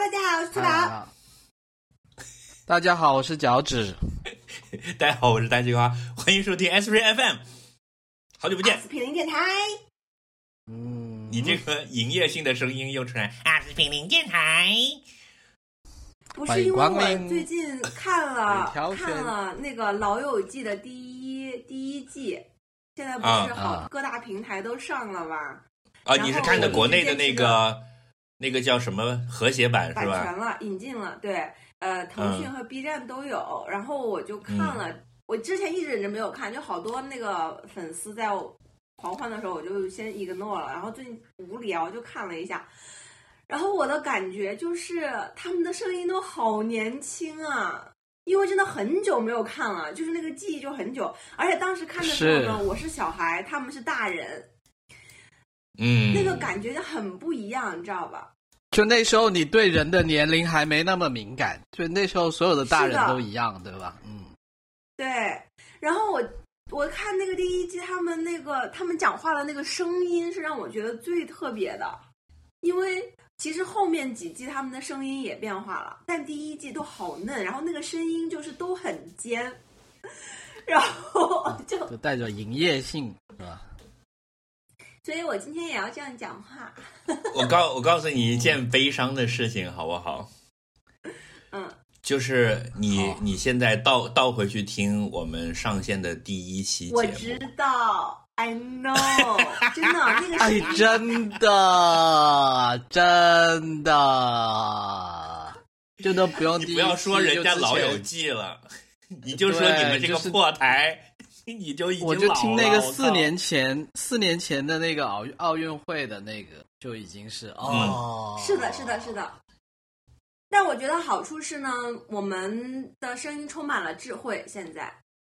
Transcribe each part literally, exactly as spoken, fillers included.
大家好，我是兔宝。 大家好，我是脚趾。 大家好，我是大西瓜，欢迎收听 S P F M。好久不见， 阿司匹林电台。 嗯，你这个营业性的声音又出来，阿司匹林电台。 不是因为我最近看了看了那个《老友记》的第一第一季，现在不是好、啊、各大平台都上了吧？ 啊，你是看的国内的那个那个叫什么和谐版是吧？ 版权了，引进了，对，呃，腾讯和 B 站都有。嗯、然后我就看了、嗯，我之前一直忍着没有看，就好多那个粉丝在狂欢的时候，我就先 ignore 了。然后最近无聊就看了一下。然后我的感觉就是他们的声音都好年轻啊，因为真的很久没有看了，就是那个记忆就很久，而且当时看的时候呢，我是小孩，他们是大人， 嗯， 那个感觉很不一样，你知道吧？ 就那时候你对人的年龄还没那么敏感，就那时候所有的大人都一样，对吧？嗯， 对。然后我我看那个第一季，他们那个他们讲话的那个声音是让我觉得最特别的，因为。其实后面几季他们的声音也变化了，但第一季都好嫩，然后那个声音就是都很尖，然后就就带着营业性，是吧？ 所以我今天也要这样讲话。 我告我告诉你一件悲伤的事情，好不好？ 嗯， 就是你你现在倒倒回去听我们上线的第一期节目， 我知道。I know， 真的那个哎，真的真的，就都不用第一期， 你不要说人家老友记了，你就说你们这个破台，就是、你就已经老了。 我就听那个四年前四年前的那个奥奥运会的那个，就已经是哦、 嗯，是的，是的，是的。但我觉得好处是呢，我们的声音充满了智慧，现在。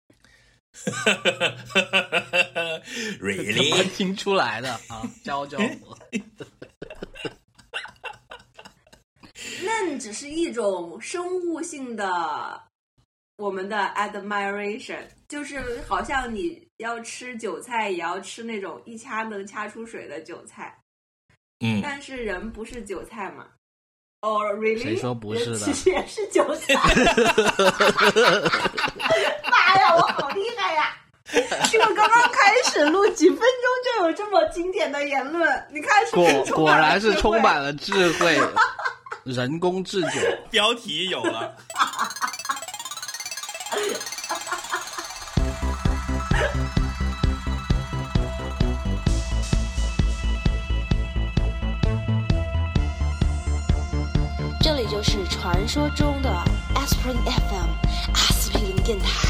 really 怎么听出来的啊？教教我。 嫩只是一种生物性的我们的 admiration， 就是好像你要吃韭菜也要吃那种一掐能掐出水的韭菜。 嗯， 但是人不是韭菜嘛？哦、oh, really？ 谁说不是的？ 其实也是韭菜。妈呀，我好厉害呀！这个刚刚开始录几分钟就有这么经典的言论，你看是果果然是充满了智慧，人工智酒。 标题有了。 这里就是传说中的 Aspirin F M 阿司匹林电台。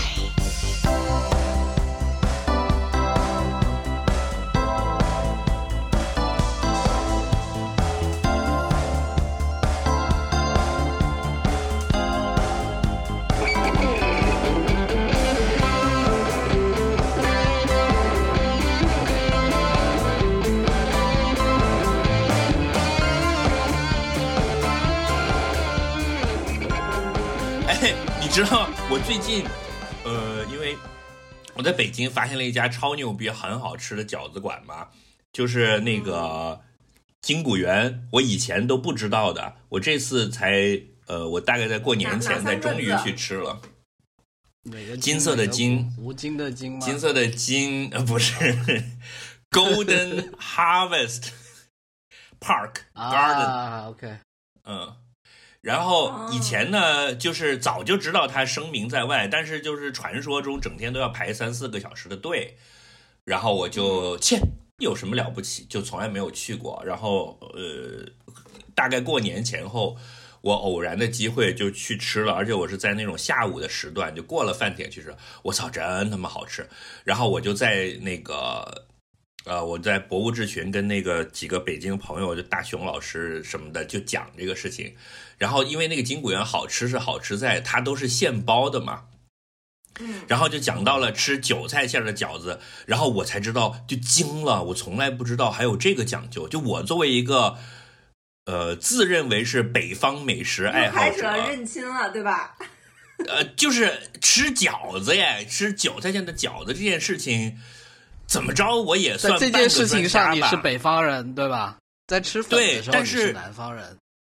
你知道我最近呃因为我在北京发现了一家超牛逼很好吃的饺子馆嘛，就是那个金谷园，我以前都不知道的，我这次才呃我大概在过年前才终于去吃了。金色的金， 吴金的金吗？ 金色的金呃不是Golden Harvest Park Garden、 啊、OK 嗯，然后以前呢就是早就知道它声名在外，但是就是传说中整天都要排三四个小时的队，然后我就切有什么了不起，就从来没有去过。然后呃大概过年前后我偶然的机会就去吃了，而且我是在那种下午的时段，就过了饭点去吃，我操真他妈好吃。然后我就在那个呃，我在博物志群跟那个几个北京朋友，就大熊老师什么的，就讲这个事情。然后因为那个金谷园好吃是好吃在它都是现包的嘛，然后就讲到了吃韭菜馅的饺子，然后我才知道就惊了，我从来不知道还有这个讲究。就我作为一个呃自认为是北方美食爱好者， 开始认亲了，对吧？ 呃，就是吃饺子呀，吃韭菜馅的饺子这件事情。怎么着我也算在这件事情上你是北方人对吧？在吃粉的时候你是南方人，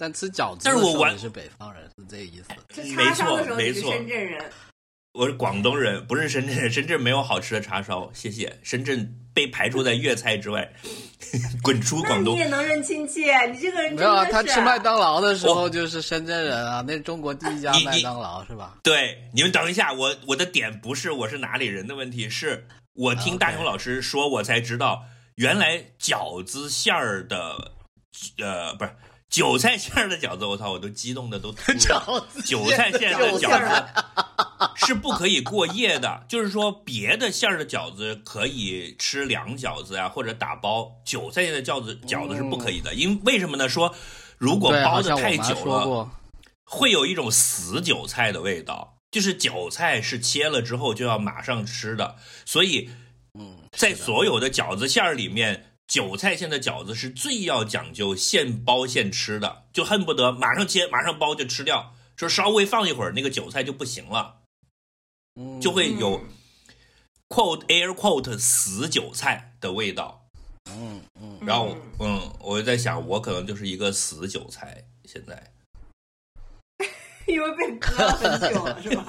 但吃饺子但是我完是北方人，是这个意思。 吃叉烧的时候你是深圳人， 我是广东人，不是深圳人。深圳没有好吃的叉烧，谢谢。深圳被排除在粤菜之外，滚出广东。 那你也能认亲戚？你这个人真的是没有啊？他吃麦当劳的时候就是深圳人啊，那中国第一家麦当劳是吧？ 对，你们等一下，我我的点不是我是哪里人的问题，是我听大雄老师说，我才知道原来饺子馅儿的，呃，不是。韭菜馅儿的饺子，我操，我都激动的都吐了。韭菜馅的饺子是不可以过夜的，就是说别的馅儿的饺子可以吃凉饺子啊，或者打包，韭菜馅的饺子饺子是不可以的。因为什么呢？说如果包的太久了，会有一种死韭菜的味道，就是韭菜是切了之后就要马上吃的，所以在所有的饺子馅儿里面。韭菜馅的饺子是最要讲究现包现吃的，就恨不得马上切马上包就吃掉，说稍微放一会儿那个韭菜就不行了，就会有 quote air quote 死韭菜的味道。 嗯嗯， 然后嗯，我就在想，我可能就是一个死韭菜，现在因为被割了很久了，是吧？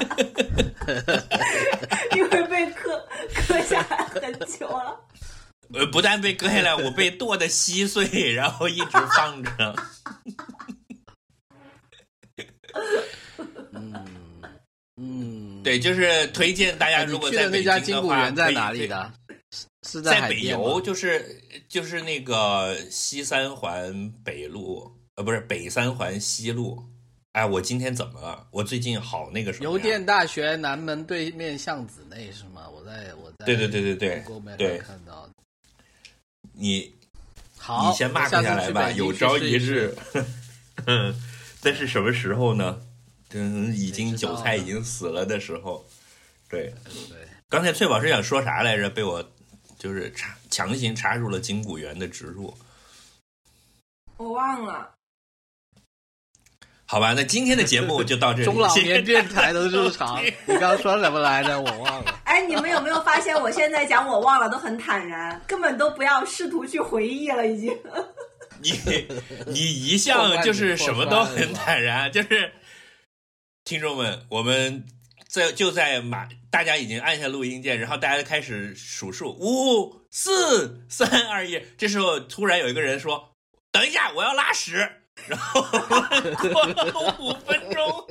因为被割割下来很久了。 呃，不但被割下来，我被剁得稀碎，然后一直放着。 嗯嗯， 对，就是推荐大家，如果在北京的话， 你去的那家金谷园在哪里的？是在北邮，就是就是那个西三环北路，呃，不是北三环西路。哎，我今天怎么了？我最近好那个什么？ 邮电大学南门对面巷子内是吗？我在我在对对对对对对看到。 你好， 你先 mark 下来吧，有朝一日。嗯，但是什么时候呢？嗯，已经韭菜已经死了的时候。对对。 刚才翠宝是想说啥来着？被我就是插强行插入了金谷园的植入。 我忘了。 好吧，那今天的节目就到这里。 中老年电台的入场，你刚刚说什么来着？我忘了。 哎，你们有没有发现，我现在讲我忘了都很坦然，根本都不要试图去回忆了，已经。 你你一向就是什么都很坦然，就是听众们，我们在就在马，大家已经按下录音键，然后大家开始数数，五、四、三、二、一。这时候突然有一个人说：“等一下，我要拉屎。”然后过了五分钟，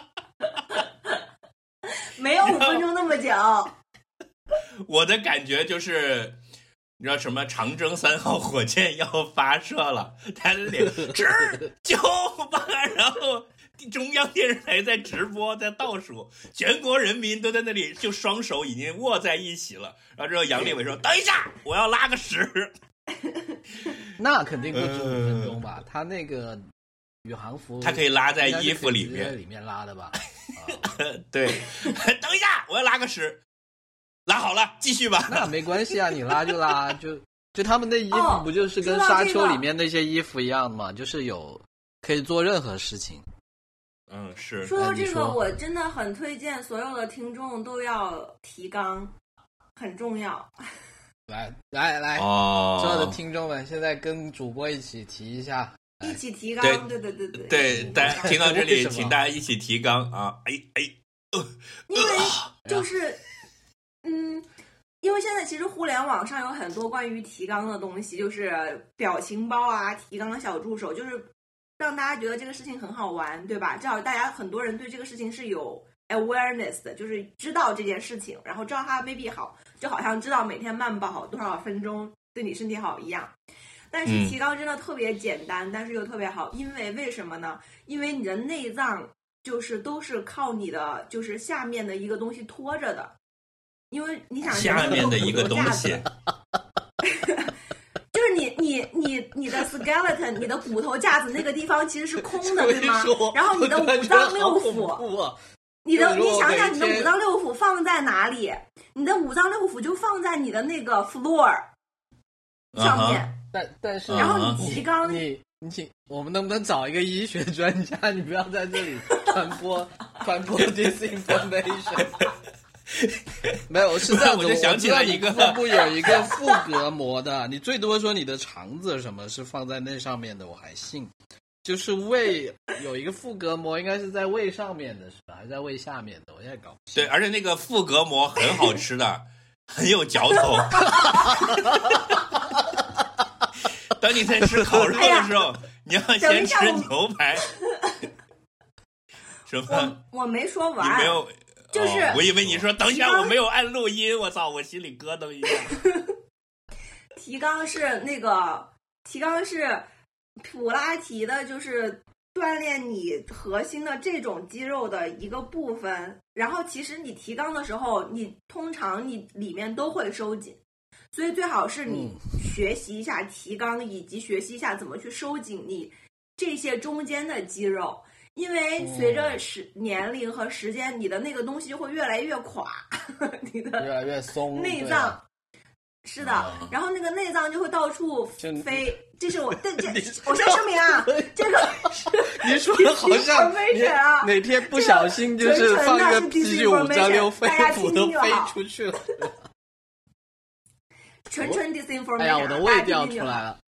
没有五分钟那么久。 我的感觉就是，你知道什么？长征三号火箭要发射了，他的脸直九八，然后中央电视台在直播，在倒数，全国人民都在那里，就双手已经握在一起了。然后之后杨利伟说：“等一下，我要拉个屎。” 那肯定不止五分钟吧？他那个宇航服， 他可以拉在衣服里面， 里面拉的吧？ 对，等一下，我要拉个屎，拉好了，继续吧。 那没关系啊，你拉就拉，就就他们的衣服不就是跟沙丘里面那些衣服一样的吗？就是有可以做任何事情。 嗯，是。 说到这个，我真的很推荐所有的听众都要提纲，很重要。 来来来， 哦， 所有的听众们，现在跟主播一起提一下， 一起提纲，对对对对对，大家听到这里，请大家一起提纲啊！哎哎，呃、 因为就是，嗯，因为现在其实互联网上有很多关于提纲的东西，就是表情包啊、提纲小助手，就是让大家觉得这个事情很好玩，对吧？至少大家很多人对这个事情是有 awareness 的，就是知道这件事情，然后知道它未必好，就好像知道每天慢跑多少分钟对你身体好一样。但是提纲真的特别简单，嗯、但是又特别好，因为为什么呢？因为你的内脏就是都是靠你的就是下面的一个东西拖着的，因为你想下面的一个东西。 就是你你你你的 skeleton 你的骨头架子那个地方其实是空的，对吗？然后你的五脏六腑。你的，你想想，你的五脏六腑放在哪里？你的五脏六腑就放在你的那个 floor 上面。 Uh-huh. 但但是， 然后你提纲， 你你请我们能不能找一个医学专家？你不要在这里传播传播 disinformation。没有，是这样子， 我就想起来一个， 腹部有一个腹膈膜的，你最多说你的肠子什么是放在那上面的，我还信。 就是胃有一个腹膈膜，应该是在胃上面的是吧？还是在胃下面的？我现在搞不清。 对，而且那个腹膈膜很好吃的，很有嚼头。当你在吃烤肉的时候，哎、你要先吃牛排。什么？ 我我没说完。 你没有， 就是、 哦、我以为你说等一下我没有按录音，我操，我心里咯噔一下。 提纲是那个提纲是普拉提的，就是锻炼你核心的这种肌肉的一个部分。然后其实你提纲的时候，你通常你里面都会收紧。所以最好是你学习一下提纲，以及学习一下怎么去收紧你这些中间的肌肉，因为随着时年龄和时间，你的那个东西就会越来越垮，你的越来越松， 内脏是的，然后那个内脏就会到处飞。这是我这这，我先声明啊，这个你说的好像你哪天不小心就是放一个 P G 五张六飞虎都飞出去了。 纯纯 disinformation， 哎呀，我的胃掉出来了。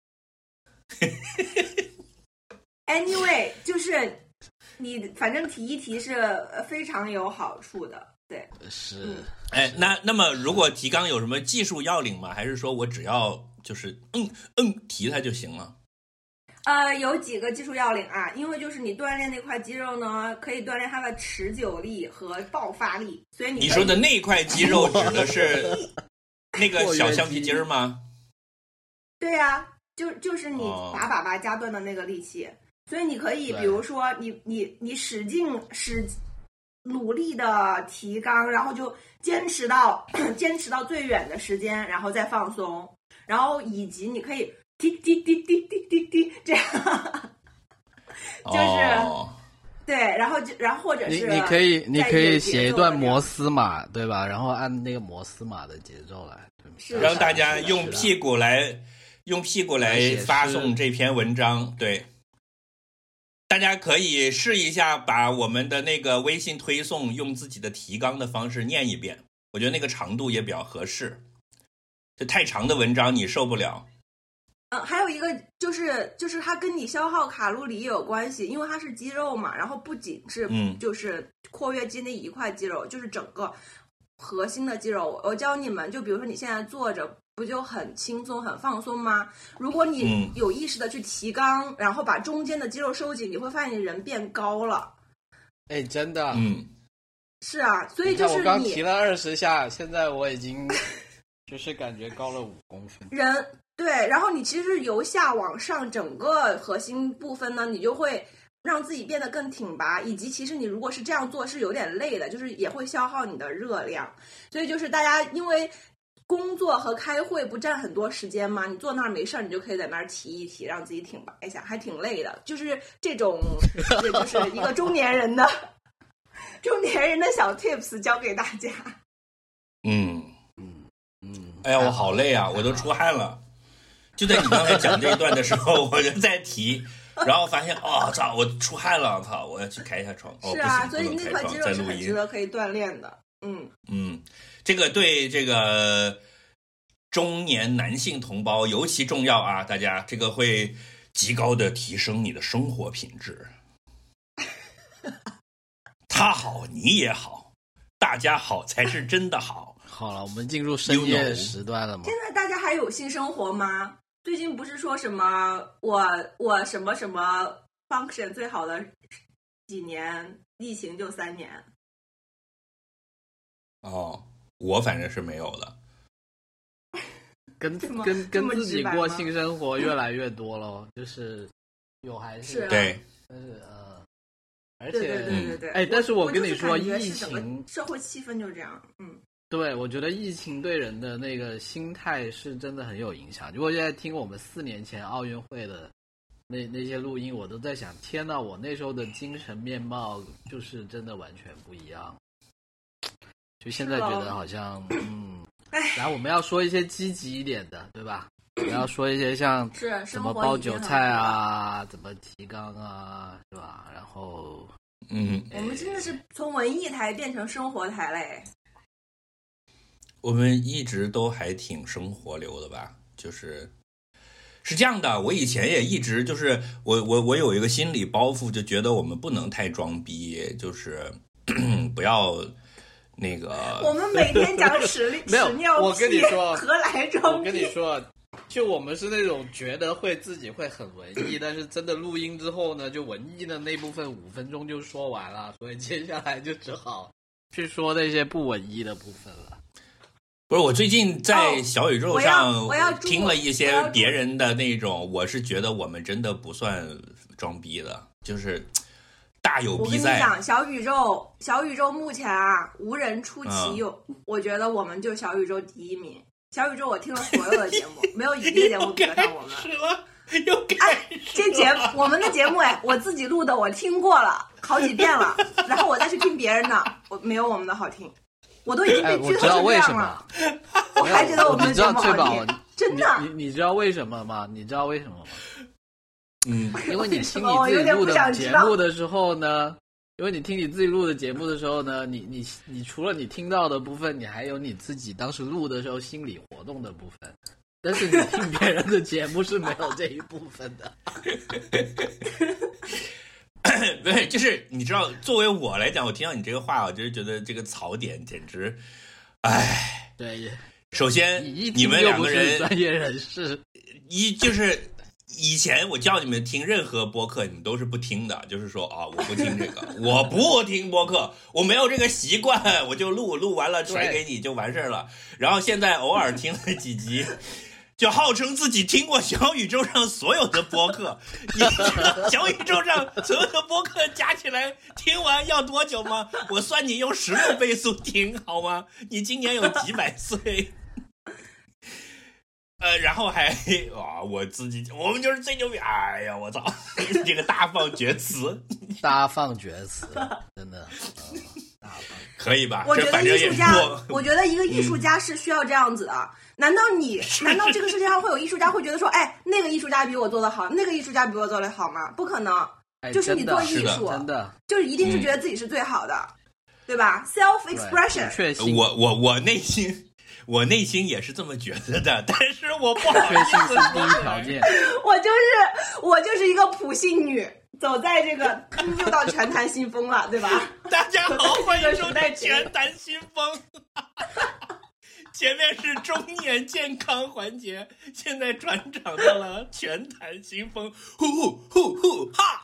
Anyway， 就是你反正提一提是非常有好处的，对。 是。 嗯、 哎，那那么如果提纲有什么技术要领吗？还是说我只要就是嗯嗯提它就行了？ 呃，有几个技术要领啊，因为就是你锻炼那块肌肉呢，可以锻炼它的持久力和爆发力，所以你你说的那块肌肉指的是那个小橡皮筋儿吗？ 对呀、啊，就就是你把粑粑夹断的那个力气，哦、所以你可以比如说你你你使劲使努力的提纲，然后就坚持到坚持到最远的时间，然后再放松，然后以及你可以滴滴滴滴滴滴滴这样，就是、哦、对，然后就然后或者是你你可以你可以写一段摩斯码，对吧？然后按那个摩斯码的节奏来， 让大家用屁股来用屁股来发送这篇文章。对，大家可以试一下，把我们的那个微信推送用自己的提纲的方式念一遍，我觉得那个长度也比较合适。这太长的文章你受不了。 嗯，还有一个就是就是它跟你消耗卡路里也有关系，因为它是肌肉嘛，然后不仅是就是括约肌那一块肌肉，嗯、就是整个核心的肌肉。我教你们，就比如说你现在坐着不就很轻松很放松吗？如果你有意识的去提纲，嗯、然后把中间的肌肉收紧，你会发现你人变高了。 哎，真的， 嗯， 是啊，所以就是你我刚提了二十下，现在我已经就是感觉高了五公分。 人。对，然后你其实由下往上整个核心部分呢，你就会让自己变得更挺拔，以及其实你如果是这样做是有点累的，就是也会消耗你的热量。所以就是大家因为工作和开会不占很多时间嘛，你坐那儿没事儿，你就可以在那儿提一提，让自己挺拔一下，还挺累的。就是这种，这就是一个中年人的中年人的小 tips 教给大家。 嗯嗯嗯，哎呀，我好累啊，我都出汗了。就在你刚才讲这一段的时候，我就在提，然后发现哦，操，我出汗了，操，我要去开一下窗。哦、 是啊， 不所以那块肌肉是很值得可以锻炼的。嗯嗯，这个对这个中年男性同胞尤其重要啊，大家这个会极高的提升你的生活品质。他好，你也好，大家好才是真的好。 好了，我们进入深夜时段了吗？ 现在大家还有性生活吗？最近不是说什么我我什么什么 function 最好的几年，疫情就三年。 哦，我反正是没有的。 跟跟跟自己过性生活越来越多了，就是有还是对， 但是呃，而且对对对对对， 哎，但是我跟你说， 疫情社会气氛就这样，嗯。 对，我觉得疫情对人的那个心态是真的很有影响。如果现在听我们四年前奥运会的那那些录音，我都在想，天哪，我那时候的精神面貌就是真的完全不一样。就现在觉得好像，嗯，然后我们要说一些积极一点的，对吧？我们要说一些像怎么包韭菜啊，怎么提纲啊，是吧？然后， 嗯， 我们真的是从文艺台变成生活台嘞。 我们一直都还挺生活流的吧，就是是这样的，我以前也一直就是我我我有一个心理包袱，就觉得我们不能太装逼，就是不要那个。 我们每天讲屎屎尿屁， 我跟你说， 何来装逼？ 我跟你说，就我们是那种觉得会自己会很文艺，但是真的录音之后呢，就文艺的那部分五分钟就说完了，所以接下来就只好去说那些不文艺的部分了。 不是，我最近在小宇宙上、 哦、我要我要听了一些别人的那种，我是觉得我们真的不算装逼的，就是大有逼在。 我跟你讲，小宇宙小宇宙目前啊无人出其右、嗯，我觉得我们就小宇宙第一名。小宇宙我听了所有的节目，没有一个节目比得上我们。 是了，又开始了。 哎，这节目我们的节目哎，我自己录的，我听过了好几遍了，然后我再去听别人的，我没有我们的好听。我都已经被剧透成这样了、哎、我, 我还觉得我们的节目好听，真的。 你你知道为什么吗？你知道为什么吗？ 嗯， 因为你听你自己录的节目的时候呢，因为你听你自己录的节目的时候呢，你你你除了你听到的部分，你还有你自己当时录的时候心理活动的部分，但是你听别人的节目是没有这一部分的。 不是，就是你知道，作为我来讲，我听到你这个话，我就是觉得这个槽点简直，唉。 对， 首先你, 你们两个人专业人士， 一就是以前我叫你们听任何播客，你们都是不听的，就是说啊，我不听这个，我不听播客，我没有这个习惯，我就录录完了甩给你就完事儿了。然后现在偶尔听了几集。就号称自己听过小宇宙上所有的播客，你知道小宇宙上所有的播客加起来听完要多久吗？我算你用十六倍速听好吗？你今年有几百岁？呃，然后还啊，我自己我们就是最牛逼！哎呀，我操，这个大放厥词， 大放厥词，真的。嗯可以吧？ 我觉得艺术家， 我, 我觉得一个艺术家是需要这样子的。嗯、难道你，难道这个世界上会有艺术家会觉得说，哎，那个艺术家比我做的好，那个艺术家比我做的好吗？不可能， 哎、 就是你做艺术， 真的就是一定是觉得自己是最好的，嗯、对吧 ？self expression。 确信， 我我我内心，我内心也是这么觉得的，但是我不好意思说。第一条件， 我就是我就是一个普信女。走在这个又到全坛新风了，对吧？ 大家好，欢迎收听全坛新风。前面是中年健康环节，现在转场到了全坛新风，呼呼呼呼哈！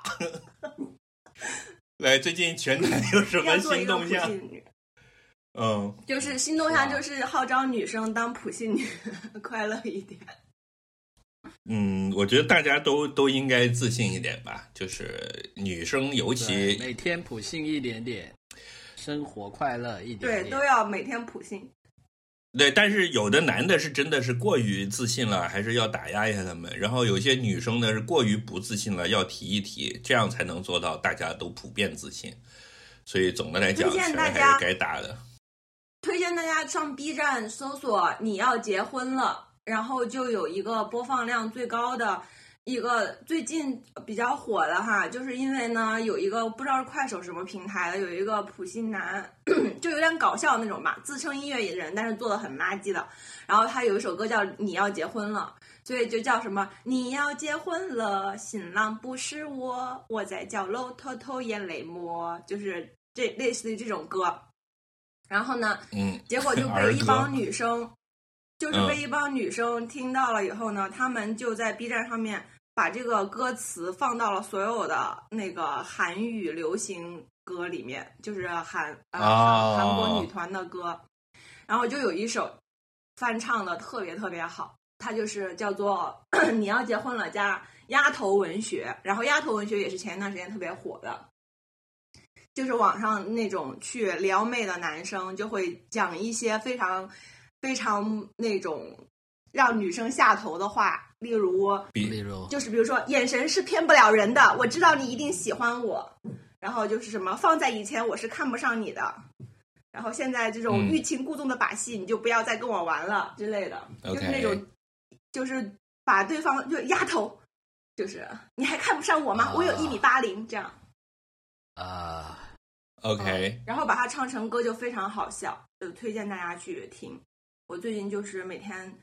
来，最近全坛有什么新动向？嗯， 就是新动向，就是号召女生当普信女，快乐一点。 嗯，我觉得大家都都应该自信一点吧，就是女生尤其每天普信一点点，生活快乐一点点， 对，都要每天普信。 对，但是有的男的是真的是过于自信了，还是要打压一下他们。然后有些女生呢是过于不自信了，要提一提，这样才能做到大家都普遍自信。所以总的来讲，拳还是该打的。 推荐大家上 B 站搜索"你要结婚了"。然后就有一个播放量最高的一个最近比较火的哈，就是因为呢有一个不知道是快手什么平台的，有一个普信男就有点搞笑那种吧，自称音乐人但是做的很垃圾的，然后他有一首歌叫你要结婚了，所以就叫什么你要结婚了，新郎不是我，我在角落偷偷眼泪摸，就是这类似于这种歌。然后呢嗯， 结果就被一帮女生就是被一帮女生听到了以后呢，他、嗯、们就在 B 站上面把这个歌词放到了所有的那个韩语流行歌里面，就是韩呃、哦、韩国女团的歌，然后就有一首翻唱的特别特别好，它就是叫做你要结婚了加丫头文学，然后丫头文学也是前一段时间特别火的，就是网上那种去撩妹的男生就会讲一些非常非常那种让女生下头的话，例如例如就是比如说眼神是骗不了人的，我知道你一定喜欢我，然后就是什么放在以前我是看不上你的，然后现在这种欲擒故纵的把戏、嗯、你就不要再跟我玩了之类的、 okay. 就是那种就是把对方就丫头，就是你还看不上我吗、uh, 我有一米八零这样啊、 uh, OK、 嗯、然后把它唱成歌就非常好笑，就推荐大家去听。我最近就是每天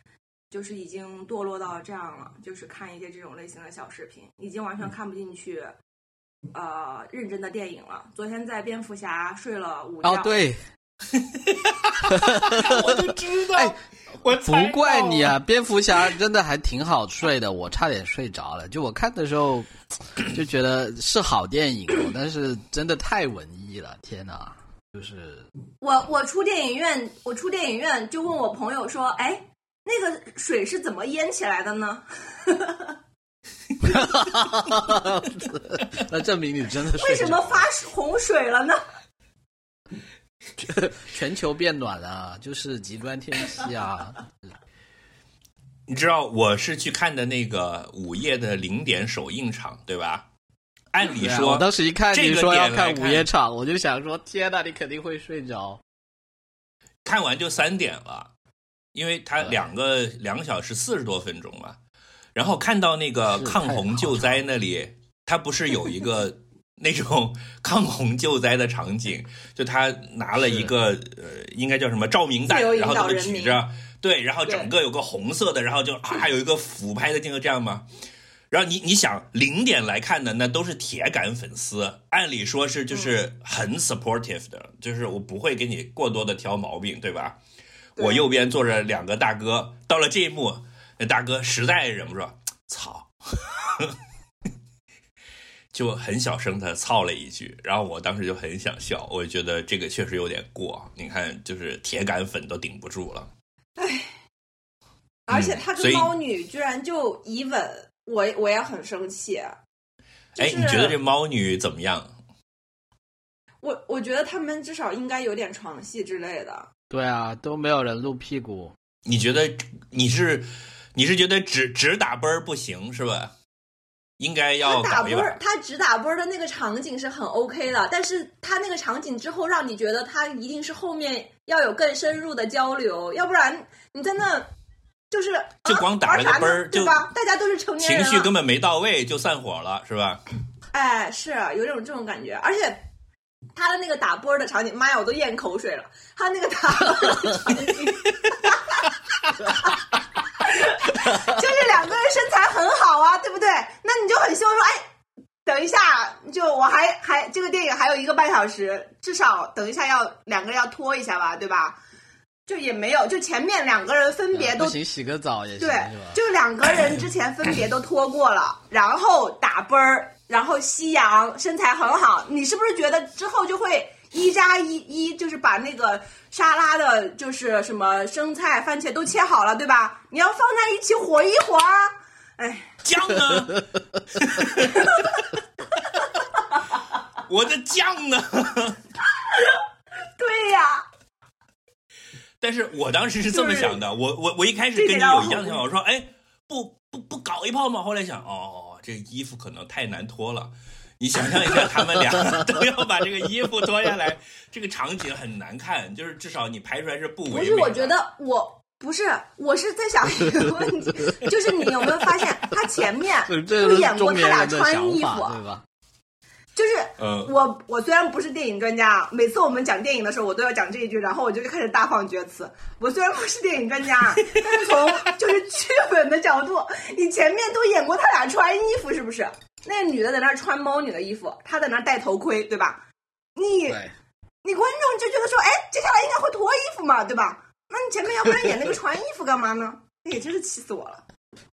就是已经堕落到这样了，就是看一些这种类型的小视频，已经完全看不进去呃认真的电影了。昨天在蝙蝠侠睡了午觉。 哦，对。 我就知道，哎、我不怪你啊，蝙蝠侠真的还挺好睡的，我差点睡着了。就我看的时候就觉得是好电影哦，但是真的太文艺了，天哪！就是我我出电影院，我出电影院就问我朋友说，哎，那个水是怎么淹起来的呢？ 那证明你真的睡着了。 为什么发洪水了呢？ 全球变暖了，就是极端天气啊！ 你知道我是去看的那个午夜的零点首映场，对吧？按理说， 我当时一看你说要看午夜场， 这个我就想说，天哪，你肯定会睡着。 看完就三点了，因为它两个两个小时四十多分钟嘛。然后看到那个抗洪救灾那里，它不是有一个。那种抗洪救灾的场景，就他拿了一个呃，应该叫什么照明弹，然后他们举着，对，然后整个有个红色的，然后就啊有一个俯拍的镜头这样吗？然后你你想零点来看的，那都是铁杆粉丝，按理说是就是很 supportive 的，嗯、就是我不会给你过多的挑毛病，对吧？对我右边坐着两个大哥，到了这一幕，那大哥实在忍不住，操！就很小声的操了一句，然后我当时就很想笑，我觉得这个确实有点过，你看就是铁杆粉都顶不住了。 哎，而且他跟猫女居然就以吻，嗯、我我也很生气。就是、 哎，你觉得这猫女怎么样？ 我我觉得他们至少应该有点床戏之类的。 对啊，都没有人露屁股。 你觉得你是你是觉得只只打啵儿不行是吧？应该要他打啵儿，他只打啵儿的那个场景是很 OK 的，但是他那个场景之后让你觉得他一定是后面要有更深入的交流，要不然你在那就是就光打了个啵儿， 对吧？大家都是成年人， 情绪根本没到位就散伙了，是吧？ 哎，是有种这种感觉，而且他的那个打啵儿的场景，妈呀，我都咽口水了。他那个打啵儿的场景。就是两个人身材很好啊，对不对？那你就很希望说，哎，等一下，就我还还这个电影还有一个半小时，至少等一下要两个人要拖一下吧，对吧？就也没有，就前面两个人分别都、 嗯、不行，洗个澡也行， 对，就两个人之前分别都拖过了，然后打啵儿，然后夕阳，身材很好，你是不是觉得之后就会？一加一一就是把那个沙拉的，就是什么生菜、番茄都切好了，对吧？你要放在一起火一火啊！哎， 酱呢？我的酱呢？ 对呀。 但是我当时是这么想的，我我我一开始跟你有一样的想法，我说，哎，不不不搞一炮嘛。后来想，哦，这衣服可能太难脱了。你想象一下，他们俩都要把这个衣服脱下来，这个场景很难看。就是至少你拍出来是不唯美的。 不是，我觉得我不是，我是在想一个问题，就是你有没有发现，他前面都演过他俩穿衣服， 对吧？ 就是，嗯，我我虽然不是电影专家，每次我们讲电影的时候，我都要讲这一句，然后我就开始大放厥词。我虽然不是电影专家，但是从就是剧本的角度，你前面都演过他俩穿衣服，是不是？那个女的在那儿穿猫女的衣服，她在那儿戴头盔，对吧？你你观众就觉得说，哎，接下来应该会脱衣服嘛，对吧？那你前面要不然演那个穿衣服干嘛呢？哎，真是气死我了。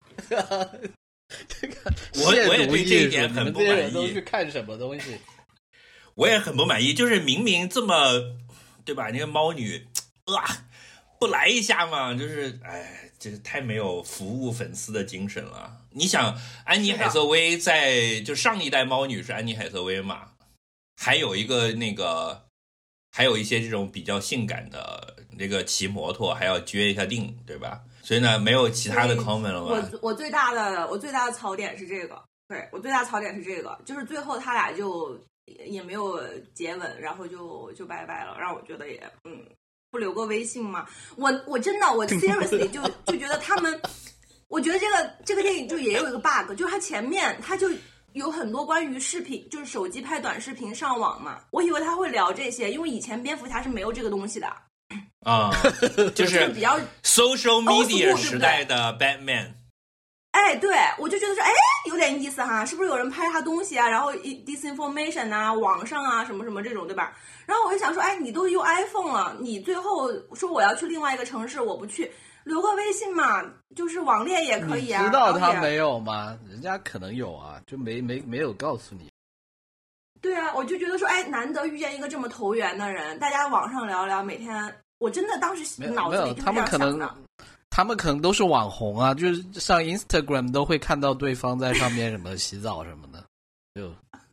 这个我我也对这一点很不满意。 都去看什么东西？ 我也很不满意，就是明明这么，对吧？那个猫女啊，不来一下嘛，就是哎，这太没有服务粉丝的精神了。你想，安妮海瑟薇在就上一代猫女是安妮海瑟薇嘛，还有一个那个，还有一些这种比较性感的那个骑摩托还要撅一下腚，对吧？所以呢，没有其他的 comment 了吧？ 我我最大的我最大的槽点是这个，对我最大的槽点是这个，就是最后他俩就也没有接吻，然后就就拜拜了，让我觉得也嗯，不留个微信吗？我我真的我 seriously 就就觉得他们，我觉得这个这个电影就也有一个 bug， 就是它前面它就有很多关于视频，就是手机拍短视频上网嘛，我以为他会聊这些，因为以前蝙蝠侠是没有这个东西的。 啊、嗯，就是比较 social media 时代的 Batman。 哎，对，我就觉得说，哎，有点意思哈，是不是有人拍他东西啊？然后 disinformation 啊，网上啊，什么什么这种，对吧？然后我就想说，哎，你都用 iPhone 了，你最后说我要去另外一个城市，我不去，留个微信嘛，就是网恋也可以啊。 你知道他没有吗？人家可能有啊，就没没没有告诉你。 对啊，我就觉得说，哎，难得遇见一个这么投缘的人，大家网上聊聊，每天，我真的当时脑子里就是这样想的。 他们可能都是网红啊，就是上 Instagram 都会看到对方在上面什么洗澡什么的，就，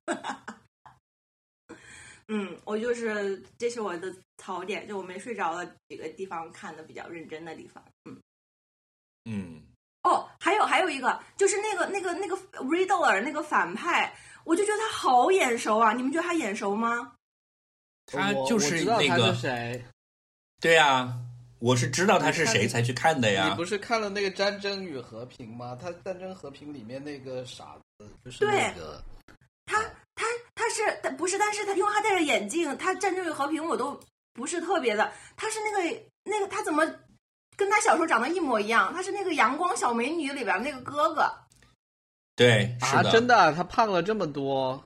嗯，我就是这是我的槽点，就我没睡着的几个地方看的比较认真的地方，嗯嗯， 哦，还有还有一个就是那个那个那个 Riddler 那个反派，我就觉得他好眼熟啊，你们觉得他眼熟吗？ 他就是那个， 我知道他是谁？ 对啊。我是知道他是谁才去看的呀。 你不是看了那个《战争与和平》吗？他《战争和平》里面那个傻子就是那个， 他他他是不是？但是他因为他戴着眼镜，他《战争与和平》我都不是特别的。他是那个那个他怎么跟他小时候长得一模一样？他是那个《阳光小美女》里边那个哥哥。 对，是的， 啊，真的，他胖了这么多。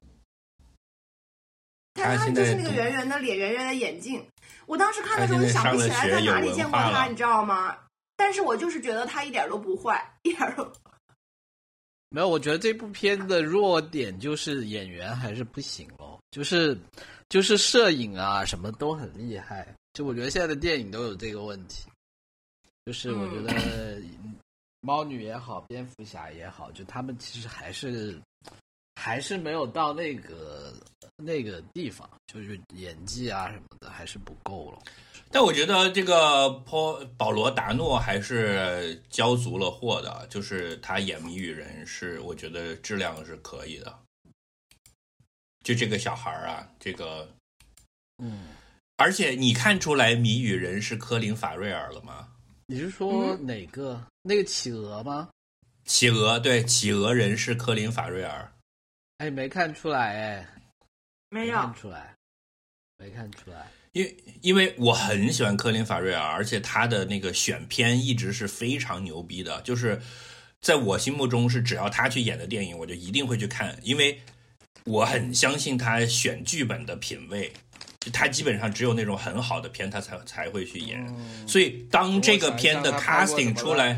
他他就是那个圆圆的脸，圆圆的眼镜。我当时看的时候就想不起来在哪里见过他，你知道吗？但是我就是觉得他一点都不坏，一点都没有。我觉得这部片的弱点就是演员还是不行哦，就是就是摄影啊什么都很厉害。就我觉得现在的电影都有这个问题，就是我觉得猫女也好，蝙蝠侠也好，就他们其实还是还是没有到那个那个地方，就是演技啊什么的还是不够了。 但我觉得这个保保罗达诺还是交足了货的，就是他演谜语人是我觉得质量是可以的。就这个小孩啊，这个嗯， 而且你看出来谜语人是科林法瑞尔了吗？ 你是说哪个、嗯、那个企鹅吗？ 企鹅，对，企鹅人是科林法瑞尔。 哎，没看出来哎， 没有看出来，没看出来。 因为因为我很喜欢科林法瑞尔，而且他的那个选片一直是非常牛逼的，就是在我心目中是只要他去演的电影，我就一定会去看，因为我很相信他选剧本的品味。他基本上只有那种很好的片他才才会去演、嗯、所以当这个片的 casting 出来，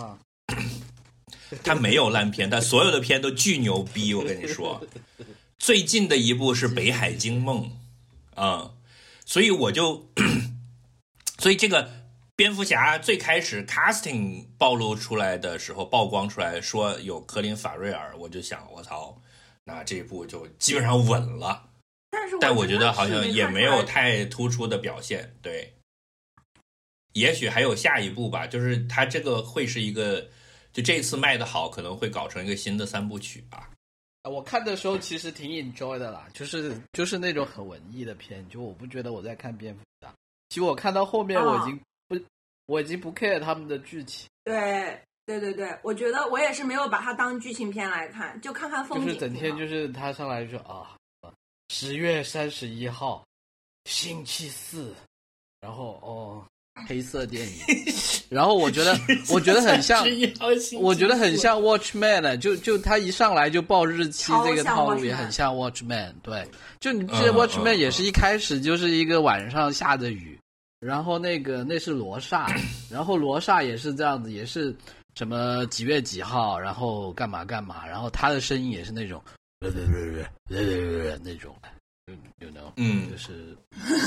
他没有烂片，他所有的片都巨牛逼。我跟你说，最近的一部是《北海惊梦》啊、嗯，所以我就，所以这个蝙蝠侠最开始 casting 暴露出来的时候，曝光出来说有科林法瑞尔，我就想，我操，那这一部就基本上稳了。 但是我但我觉得好像也没有太突出的表现，对。也许还有下一部吧，就是他这个会是一个，就这次卖的好，可能会搞成一个新的三部曲吧。 我看的时候其实挺 enjoy 的啦，就是就是那种很文艺的片，就我不觉得我在看蝙蝠侠。其实我看到后面我已经不，哦、我已经不 care 他们的剧情。 对对对对，我觉得我也是没有把它当剧情片来看，就看看风景。 就是整天就是他上来就说啊。十月三十一号，星期四，然后哦，黑色电影，然后我觉得，我觉得很像，我觉得很像 Watchman， 就就他一上来就报日期，这个套路也很像 Watchman， 对，就你这 Watchman 也是一开始就是一个晚上下着雨，然后那个那是罗刹，然后罗刹也是这样子，也是什么几月几号，然后干嘛干嘛，然后他的声音也是那种。对对对对对对对那种 you know 嗯， 就是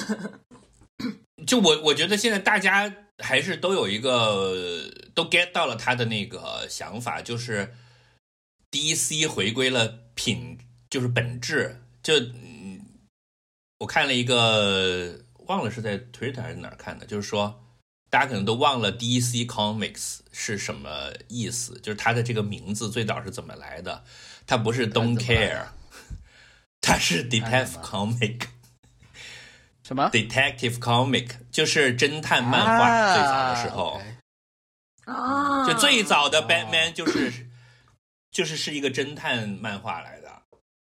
就我我觉得现在大家还是都有一个都 get 到了他的那个想法，就是 D C 回归了品，就是本质。就嗯，我看了一个，忘了是在 Twitter 还是哪儿看的，就是说大家可能都忘了 D C Comics 是什么意思，就是它的这个名字最早是怎么来的。它不是 Don't Care， 它是 Detective Comic。 什么 ？Detective Comic 就是侦探漫画、啊、最早的时候。 啊， 就最早的 Batman 就是就是是一个侦探漫画来的。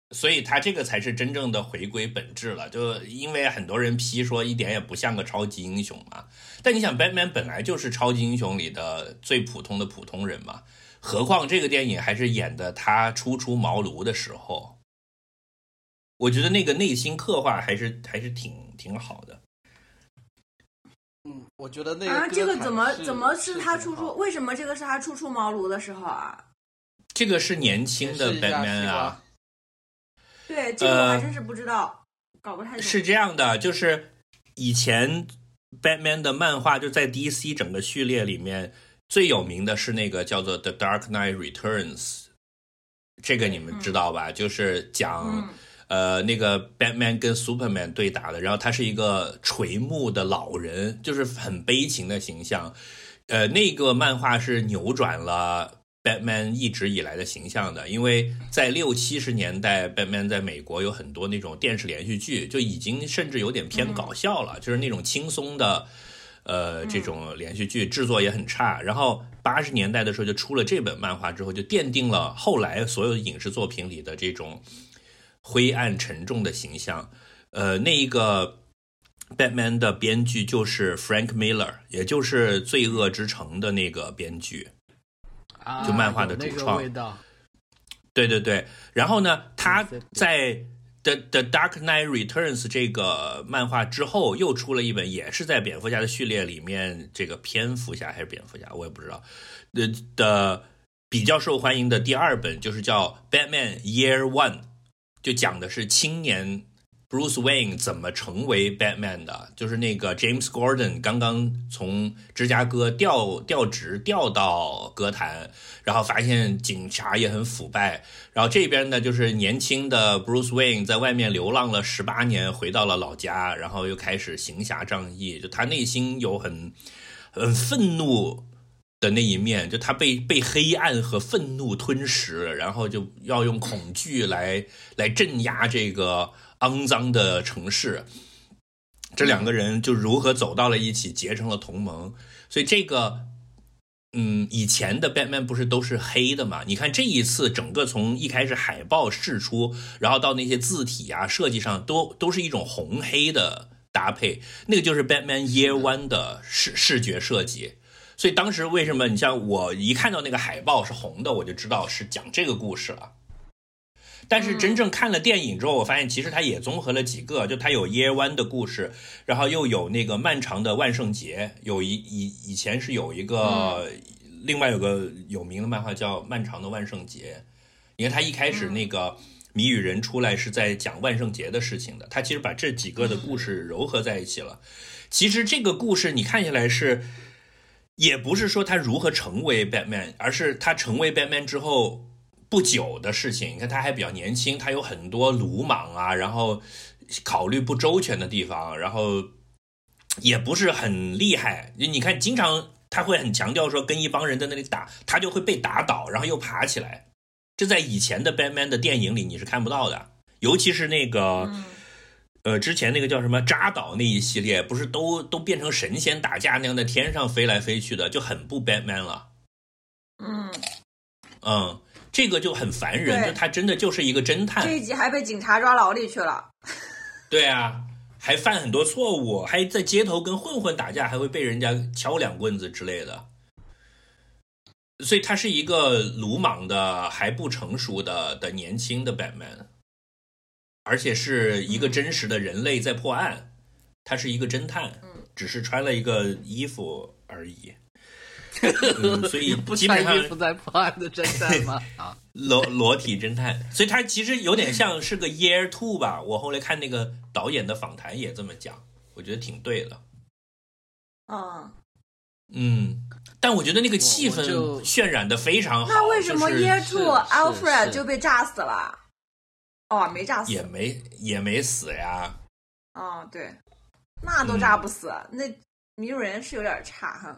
所以他这个才是真正的回归本质了，就因为很多人批说一点也不像个超级英雄嘛，但你想 Batman 本来就是超级英雄里的最普通的普通人嘛，何况这个电影还是演的他初出茅庐的时候，我觉得那个内心刻画还是还是挺挺好的。 嗯，我觉得那个啊，这个怎么是怎么是他初出？为什么这个是他初出茅庐的时候啊？ 这个是年轻的 Batman 啊。 对，这个我还真是不知道，呃、搞不太懂。 是这样的，就是以前 Batman 的漫画就在 D C 整个序列里面最有名的是那个叫做 The Dark Knight Returns， 这个你们知道吧？嗯、就是讲、嗯、呃那个 Batman 跟 Superman 对打的，然后他是一个垂暮的老人，就是很悲情的形象。呃，那个漫画是扭转了Batman 一直以来的形象的，因为在六七十年代 Batman 在美国有很多那种电视连续剧，就已经甚至有点偏搞笑了、嗯、就是那种轻松的呃这种连续剧制作也很差，然后八十年代的时候就出了这本漫画之后，就奠定了后来所有影视作品里的这种灰暗沉重的形象。呃那一个 Batman 的编剧就是 Frank Miller， 也就是罪恶之城的那个编剧，就漫画的主创、 啊、那个味道。 对对对，然后呢，他在 The, The Dark Knight Returns 这个漫画之后又出了一本，也是在蝙蝠侠的序列里面，这个蝙蝠侠还是蝙蝠侠我也不知道的的比较受欢迎的第二本，就是叫 Batman Year One， 就讲的是青年Bruce Wayne 怎么成为 Batman 的，就是那个 James Gordon 刚刚从芝加哥调调职调到哥谭，然后发现警察也很腐败，然后这边呢就是年轻的 Bruce Wayne 在外面流浪了十八年，回到了老家，然后又开始行侠仗义，就他内心有很很愤怒的那一面，就他被被黑暗和愤怒吞噬，然后就要用恐惧来来镇压这个肮脏的城市，这两个人就如何走到了一起，结成了同盟。所以这个嗯，以前的 Batman 不是都是黑的嘛，你看这一次整个从一开始海报释出，然后到那些字体啊设计上都都是一种红黑的搭配，那个就是 Batman Year One 的视视觉设计。所以当时为什么你像我一看到那个海报是红的，我就知道是讲这个故事了。但是真正看了电影之后，我发现其实它也综合了几个，就它有 Year One 的故事，然后又有那个漫长的万圣节，有一以以前是有一个、嗯、另外有个有名的漫画叫漫长的万圣节。你看它一开始那个谜语人出来是在讲万圣节的事情的，它其实把这几个的故事糅合在一起了。其实这个故事你看下来是也不是说他如何成为 Batman， 而是他成为 Batman 之后不久的事情。你看他还比较年轻，他有很多鲁莽啊，然后考虑不周全的地方，然后也不是很厉害。你看经常他会很强调说跟一帮人在那里打，他就会被打倒，然后又爬起来。这在以前的 Batman 的电影里你是看不到的，尤其是那个、嗯呃，之前那个叫什么扎导那一系列，不是都都变成神仙打架那样的天上飞来飞去的，就很不 Batman 了。 嗯嗯，这个就很烦人，就他真的就是一个侦探。 这一集还被警察抓牢里去了。 对啊，还犯很多错误，还在街头跟混混打架，还会被人家敲两棍子之类的。所以他是一个鲁莽的、还不成熟的的年轻的 Batman。而且是一个真实的人类在破案，他是一个侦探，只是穿了一个衣服而已。嗯、所以基本上不穿衣服在破案的侦探吗？啊， 裸裸体侦探，所以他其实有点像是个 Year Two 吧。我后来看那个导演的访谈也这么讲，我觉得挺对的。 嗯嗯，但我觉得那个气氛渲染的非常好。 那为什么 Year Two、 就是、 Alfred 就被炸死了？哦，没炸死， 也没也没死呀。 哦，对，那都炸不死，嗯、那谜语人是有点差哈。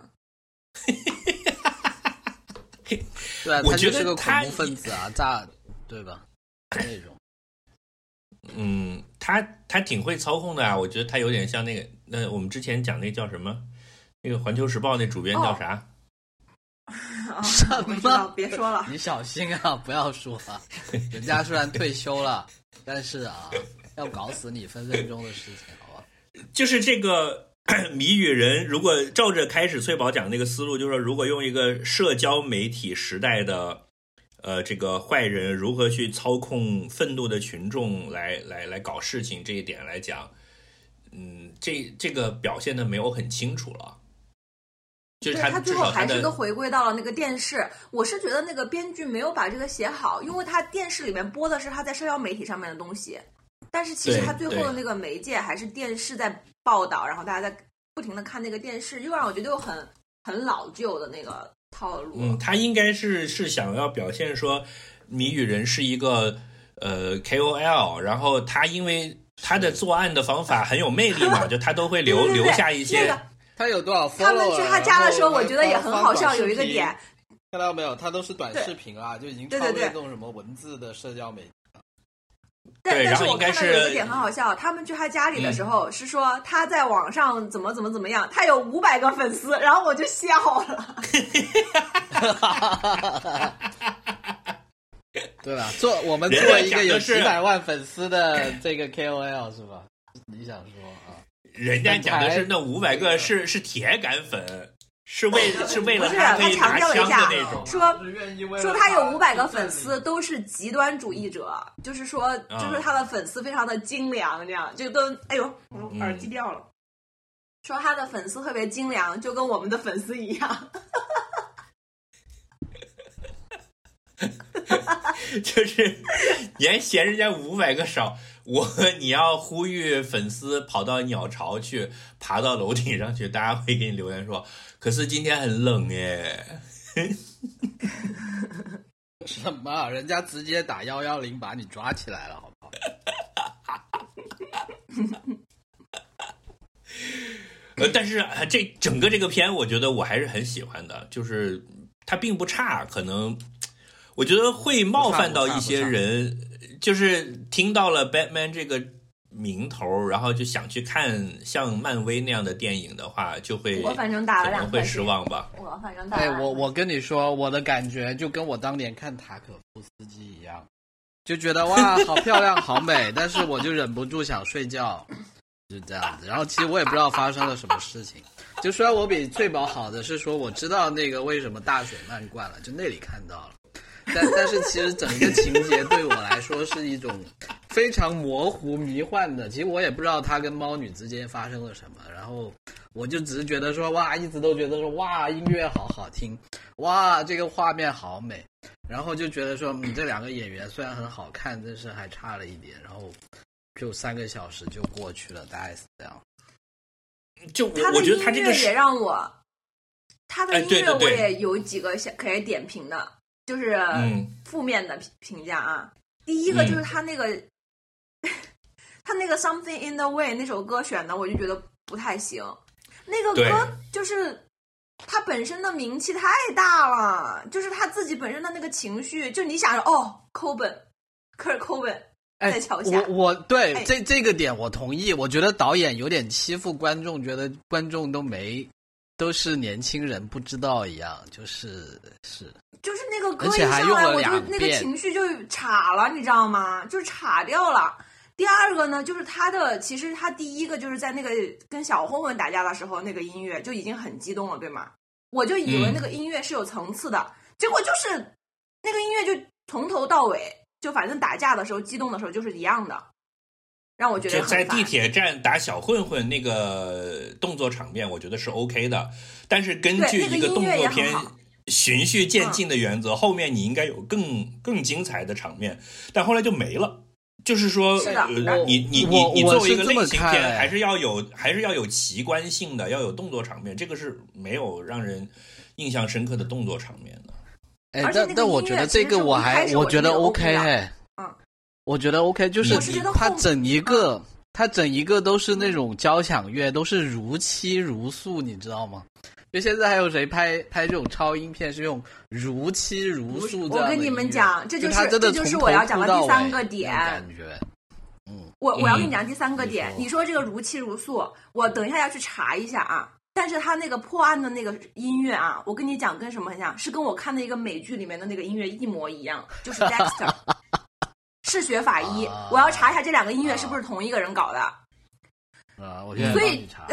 对啊， 我觉得他就是个恐怖分子啊，炸，对吧？那种。 嗯，他他挺会操控的啊，我觉得他有点像那个，那我们之前讲那叫什么，那个《环球时报》那主编叫啥？ 什么？ 别说了， 你小心啊，不要说啊。人家虽然退休了，但是啊，要搞死你分分钟的事情，好吧？ 就是这个谜语人，如果照着开始翠宝讲那个思路，就是说，如果用一个社交媒体时代的呃这个坏人如何去操控愤怒的群众来来来搞事情这一点来讲，嗯，这这个表现的没有很清楚了。就是他他最后还是都都回归到了那个电视。我是觉得那个编剧没有把这个写好，因为他电视里面播的是他在社交媒体上面的东西，但是其实他最后的那个媒介还是电视在报道，然后大家在不停的看那个电视，又让我觉得又很很老旧的那个套路。 嗯，他应该是是想要表现说谜语人是一个呃 K O L， 然后他因为他的作案的方法很有魅力嘛，就他都会留对对对留下一些。 那个他有多少 follower？ 他们去他家的时候，我觉得也很好笑。有一个点， 看到没有？他都是短视频啊，就已经超越这种什么文字的社交媒体了。 对， 但是我看到有一个是点很好笑，他们去他家里的时候是说他在网上怎么怎么怎么样，他有五百个粉丝，然后我就笑了。 对吧？做我们做一个有几百万粉丝的这个 K O L 是吧？你想说啊？ 人家讲的是那五百个是是铁杆粉，是为是为了他可以拿枪的那种。 说说他有五百个粉丝都是极端主义者，就是说就是他的粉丝非常的精良，这样就都哎呦，我耳机掉了。嗯、说他的粉丝特别精良，就跟我们的粉丝一样。 就是你还嫌人家五百个少，我你要呼吁粉丝跑到鸟巢去，爬到楼顶上去，大家会给你留言说，可是今天很冷耶。 什么？人家直接打幺幺零把你抓起来了，好不好？ 呃，但是这整个这个片，我觉得我还是很喜欢的，就是它并不差，可能。我觉得会冒犯到一些人，就是听到了 Batman 这个名头，然后就想去看像漫威那样的电影的话，就会我反正打了两可能会失望吧。 我反正打了。 哎，我我跟你说，我的感觉就跟我当年看塔可夫斯基一样，就觉得哇，好漂亮，好美，但是我就忍不住想睡觉，就这样子。然后其实我也不知道发生了什么事情。就虽然我比翠宝好的是说，我知道那个为什么大水漫灌了，就那里看到了。但但是其实整个情节对我来说是一种非常模糊迷幻的，其实我也不知道他跟猫女之间发生了什么，然后我就只是觉得说哇，一直都觉得说哇，音乐好好听，哇，这个画面好美，然后就觉得说嗯，这两个演员虽然很好看，但是还差了一点，然后就三个小时就过去了，大概是这样。 就我我觉得他这个也让我，他的音乐我也有几个想可以点评的。就是负面的评价啊、嗯，第一个就是他那个、嗯、他那个 Something in the Way 那首歌选的我就觉得不太行，那个歌就是他本身的名气太大了，就是他自己本身的那个情绪，就你想着哦 Coben 科尔 Coben 在桥下、 哎、我我对、哎、这这个点我同意，我觉得导演有点欺负观众，觉得观众都没都是年轻人不知道一样，就是是就是那个歌一上来，我就那个情绪就岔了，你知道吗？就是岔掉了。第二个呢，就是他的，其实他第一个就是在那个跟小混混打架的时候，那个音乐就已经很激动了，对吗？我就以为那个音乐是有层次的，嗯、结果就是那个音乐就从头到尾，就反正打架的时候、激动的时候就是一样的，让我觉得很烦。 就在地铁站打小混混那个动作场面，我觉得是 OK 的，但是根据一个动作片。循序渐进的原则、嗯、后面你应该有更更精彩的场面，但后来就没了。就是说呃，你你你你作为一个类型片还是要有还是要有奇观性的，要有动作场面，这个是没有让人印象深刻的动作场面的。 哎，但但我觉得这个我还我觉得 OK 哎， 嗯， 我觉得 OK， 就是它整一个它整一个都是那种交响乐，都是如泣如诉，你知道吗？就现在还有谁拍拍这种超英片是用如泣如诉这样的？ 我跟你们讲，这就是就这就是我要讲的第三个点。 感觉，嗯， 我我要跟你讲第三个点。嗯、你说这个如泣如诉，我等一下要去查一下啊。 但是他那个破案的那个音乐啊，我跟你讲，跟什么很像？是跟我看的一个美剧里面的那个音乐一模一样，就是 Dexter 嗜血法医。 啊、 我要查一下这两个音乐是不是同一个人搞的。 啊，我现在所以查。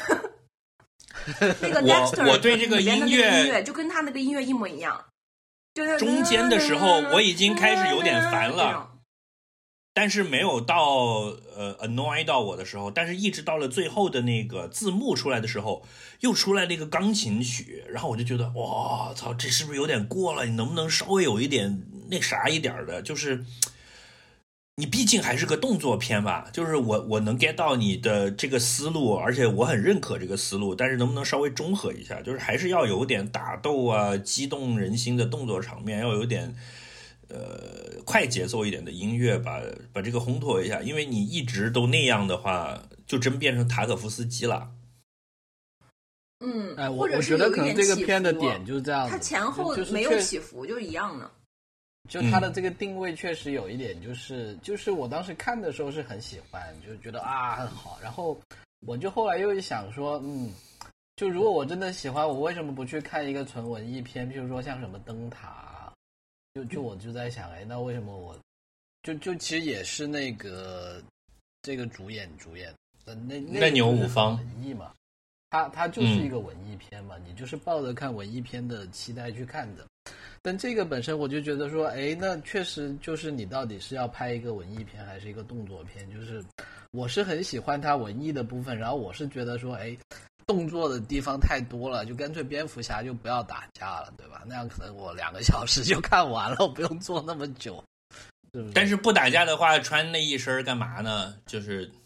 那个 Dexter 我对这个音乐音乐就跟他那个音乐一模一样。就是中间的时候我已经开始有点烦了。但是没有到呃 annoy 到我的时候，但是一直到了最后的那个字幕出来的时候，又出来了一个钢琴曲，然后我就觉得哇操，这是不是有点过了？你能不能稍微有一点那啥一点的？就是你毕竟还是个动作片吧，就是我我能 get 到你的这个思路，而且我很认可这个思路，但是能不能稍微中和一下？就是还是要有点打斗啊、激动人心的动作场面，要有点。呃，快节奏一点的音乐把把这个烘托一下，因为你一直都那样的话，就真变成塔可夫斯基了。 嗯， 哎，我或者我觉得可能这个片的点就是这样子， 它前后没有起伏，就是一样的。 就它的这个定位确实有一点，就是、嗯、就是我当时看的时候是很喜欢，就觉得啊很好，然后我就后来又一想说，嗯，就如果我真的喜欢，我为什么不去看一个纯文艺片？譬如说像什么灯塔。就就我就在想，哎，那为什么我，就就其实也是那个这个主演主演的那那牛五方文艺嘛，他他就是一个文艺片嘛，嗯、你就是抱着看文艺片的期待去看的。但这个本身我就觉得说，哎，那确实就是你到底是要拍一个文艺片还是一个动作片？就是我是很喜欢它文艺的部分，然后我是觉得说，哎。动作的地方太多了，就干脆蝙蝠侠就不要打架了，对吧？那样可能我两个小时就看完了，我不用做那么久。是不是？ 但是不打架的话，穿那一身干嘛呢？就是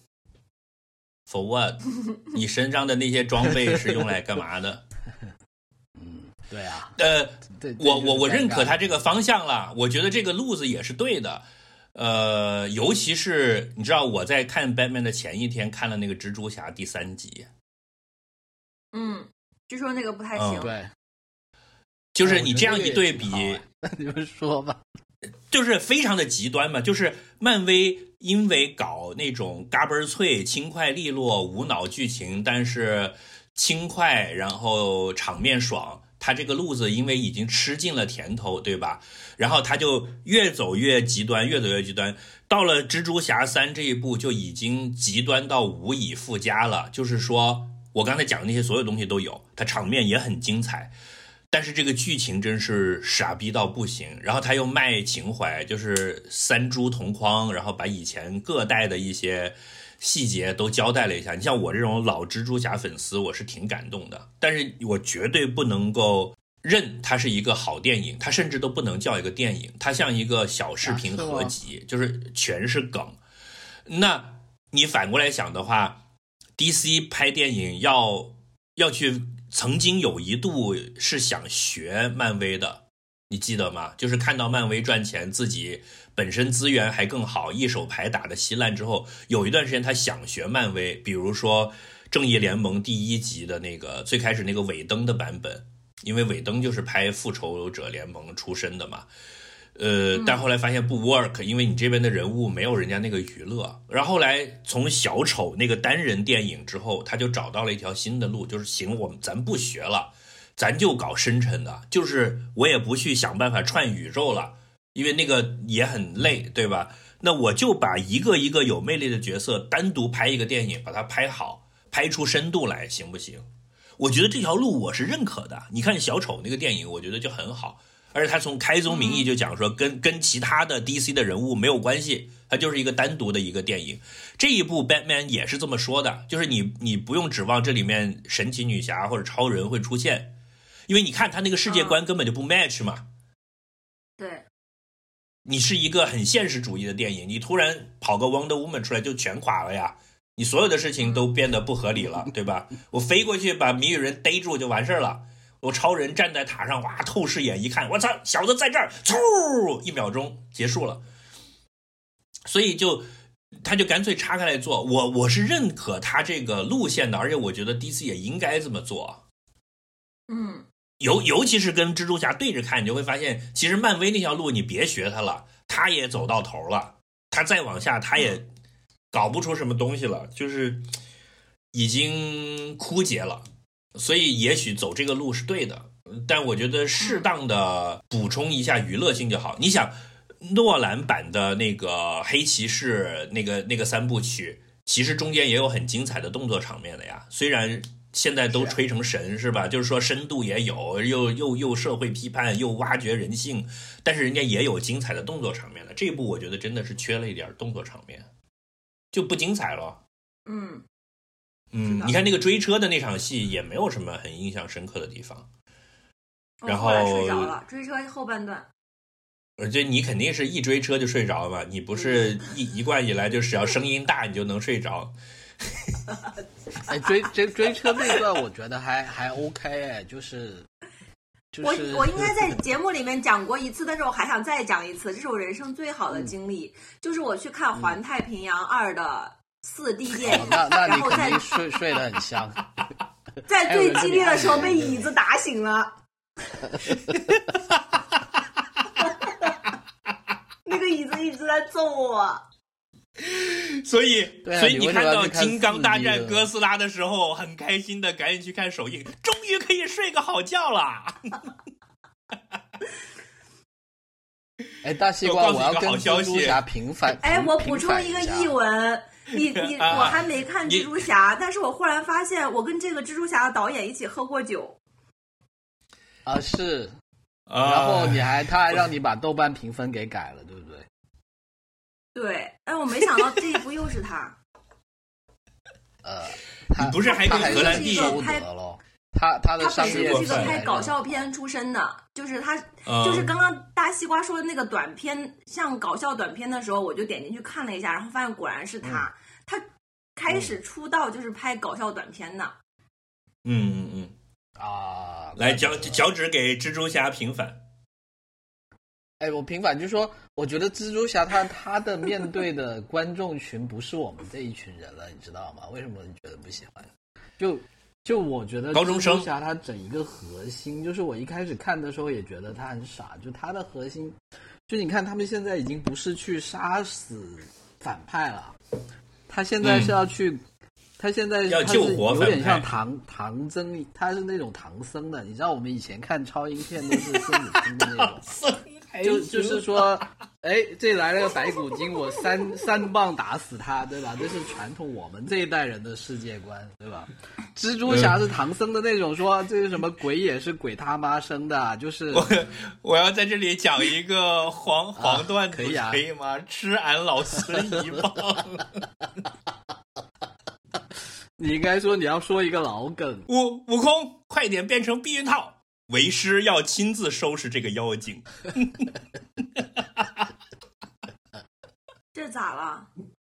for what？ 你身上的那些装备是用来干嘛的？ 嗯，对啊。 呃， 对， 我我我认可他这个方向了，我觉得这个路子也是对的。呃，尤其是你知道我在看 Batman 的前一天看了那个蜘蛛侠第三集。 嗯，据说那个不太行。 嗯、对， 就是你这样一对比， 那你们说吧， 就是非常的极端嘛。就是漫威因为搞那种嘎嘣脆、轻快利落、无脑剧情，但是轻快，然后场面爽，他这个路子因为已经吃尽了甜头，对吧？然后他就越走越极端，越走越极端。到了蜘蛛侠三这一步，就已经极端到无以复加了。就是说。我刚才讲的那些所有东西都有，它场面也很精彩，但是这个剧情真是傻逼到不行。然后他又卖情怀，就是三蛛同框，然后把以前各代的一些细节都交代了一下。你像我这种老蜘蛛侠粉丝，我是挺感动的，但是我绝对不能够认它是一个好电影，它甚至都不能叫一个电影，它像一个小视频合集，就是全是梗。那你反过来想的话，D C 拍电影要要去，曾经有一度是想学漫威的，你记得吗？就是看到漫威赚钱，自己本身资源还更好，一手牌打得稀烂之后，有一段时间他想学漫威，比如说正义联盟第一集的那个最开始那个尾灯的版本，因为尾灯就是拍复仇者联盟出身的嘛。呃，但后来发现不 work， 因为你这边的人物没有人家那个娱乐。然后后来从小丑那个单人电影之后，他就找到了一条新的路，就是行，我们咱不学了，咱就搞深沉的，就是我也不去想办法串宇宙了，因为那个也很累，对吧？那我就把一个一个有魅力的角色单独拍一个电影，把它拍好，拍出深度来，行不行？我觉得这条路我是认可的。你看小丑那个电影，我觉得就很好。而且他从开宗明义就讲说跟跟其他的 D C 的人物没有关系，它就是一个单独的一个电影。这一部 Batman 也是这么说的，就是你你不用指望这里面神奇女侠或者超人会出现，因为你看他那个世界观根本就不 match 嘛。 对， 你是一个很现实主义的电影，你突然跑个 Wonder Woman 出来就全垮了呀，你所有的事情都变得不合理了，对吧？我飞过去把谜语人逮住就完事了。我超人站在塔上，哇，透视眼一看，我操，小子在这儿，嗖，一秒钟结束了。所以就他就干脆拆开来做，我我是认可他这个路线的，而且我觉得 D C 也应该这么做。 嗯， 尤尤其是跟蜘蛛侠对着看，你就会发现，其实漫威那条路你别学他了，他也走到头了，他再往下他也搞不出什么东西了，就是已经枯竭了。 所以也许走这个路是对的，但我觉得适当的补充一下娱乐性就好。你想，诺兰版的那个黑骑士那个那个三部曲，其实中间也有很精彩的动作场面的呀。虽然现在都吹成神 是, 是吧？就是说深度也有，又又又社会批判，又挖掘人性，但是人家也有精彩的动作场面的。这一部我觉得真的是缺了一点动作场面，就不精彩了。 嗯嗯，你看那个追车的那场戏也没有什么很印象深刻的地方。然后后来睡着了，追车后半段。 而且你肯定是一追车就睡着嘛，你不是一一贯以来就只要声音大你就能睡着。 哎，追追追车那段我觉得还还 OK 哎，就是就是、 我我应该在节目里面讲过一次，但是我还想再讲一次，这是我人生最好的经历，嗯、就是我去看《环太平洋二》的四 D 电影， 哦、那那你然后在肯定睡睡得很香， 在最激烈的时候被椅子打醒了。那个椅子一直在揍我， 所以、 啊、 所以你看到 《 金刚大战哥斯拉》的时候，很开心的赶紧去看首映，终于可以睡个好觉了。 哎，大西瓜，我要跟蜘蛛侠平反。 哎，我补充一个译文，你你我还没看蜘蛛侠，但是我忽然发现，我跟这个蜘蛛侠的导演一起喝过酒。 啊，是。然后你还，他还让你把豆瓣评分给改了，对不对？ 对，哎，我没想到这一部又是他。 呃， 你不是还跟荷兰弟收得了？他他的商业是一个拍搞笑片出身的，就是他， 嗯、 就是刚刚大西瓜说的那个短片，像搞笑短片的时候，我就点进去看了一下，然后发现果然是他。嗯、他开始出道就是拍搞笑短片的。 嗯嗯嗯。 啊， 来脚脚趾给蜘蛛侠平反。 哎，我平反就是说，我觉得蜘蛛侠他他的面对的观众群不是我们这一群人了，你知道吗？为什么你觉得不喜欢？就就我觉得高中生蜘蛛侠他整一个核心，就是我一开始看的时候也觉得他很傻，就他的核心，就你看他们现在已经不是去杀死反派了，他现在是要去。嗯他现在要救活有点像唐唐僧，他是那种唐僧的。你知道我们以前看超英片都是孙悟空的那种，就就是说，哎，这来了个白骨精，我三三棒打死他，对吧？这是传统我们这一代人的世界观，对吧？蜘蛛侠是唐僧的那种说，这是什么鬼也是鬼他妈生的，就是我我要在这里讲一个黄黄段子， 可以啊， 可以吗？吃俺老孙一棒。 你应该说你要说一个老梗， 悟悟空，快点变成避孕套，为师要亲自收拾这个妖精。 这咋了？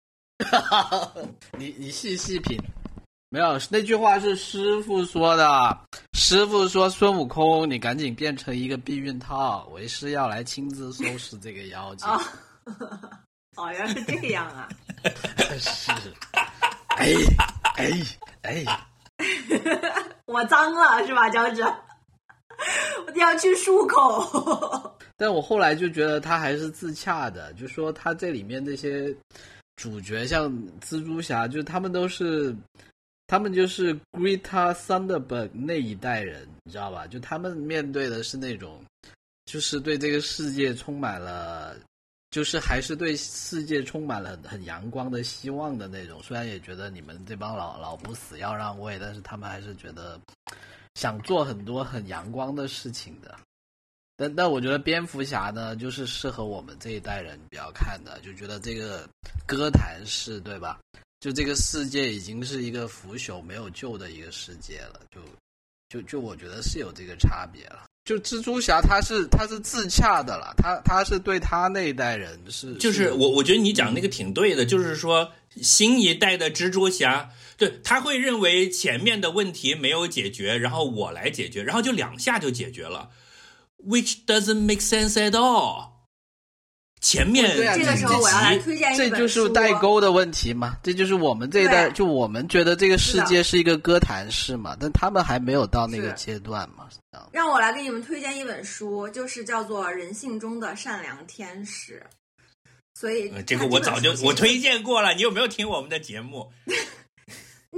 你你细细品，没有那句话是师傅说的，师傅说孙悟空，你赶紧变成一个避孕套，为师要来亲自收拾这个妖精。 哦，哦，原来是这样啊！ 是，哎。哎哎， 我脏了是吧，脚趾？我要去漱口。 但我后来就觉得他还是自洽的，就说他这里面这些主角，像蜘蛛侠，就他们都是，他们就是 Greta Thunberg 那一代人，你知道吧？就他们面对的是那种，就是对这个世界充满了。就是还是对世界充满了很阳光的希望的那种，虽然也觉得你们这帮老老不死要让位，但是他们还是觉得想做很多很阳光的事情的。但但我觉得蝙蝠侠呢，就是适合我们这一代人比较看的，就觉得这个哥谭市，对吧？就这个世界已经是一个腐朽没有救的一个世界了，就就就我觉得是有这个差别了。就蜘蛛侠他是他是自洽的了，他他是对他那一代人是就是我我觉得你讲那个挺对的，嗯、就是说新一代的蜘蛛侠，对他会认为前面的问题没有解决，然后我来解决，然后就两下就解决了 ，which doesn't make sense at all。前面对啊，这个时候我要来推荐一本书， 这就是代沟的问题嘛，这就是我们这一代，就我们觉得这个世界是一个哥谭市嘛，但他们还没有到那个阶段嘛。 让我来给你们推荐一本书，就是叫做《人性中的善良天使》。所以、 呃、这个我早就我推荐过了，你有没有听我们的节目？ 你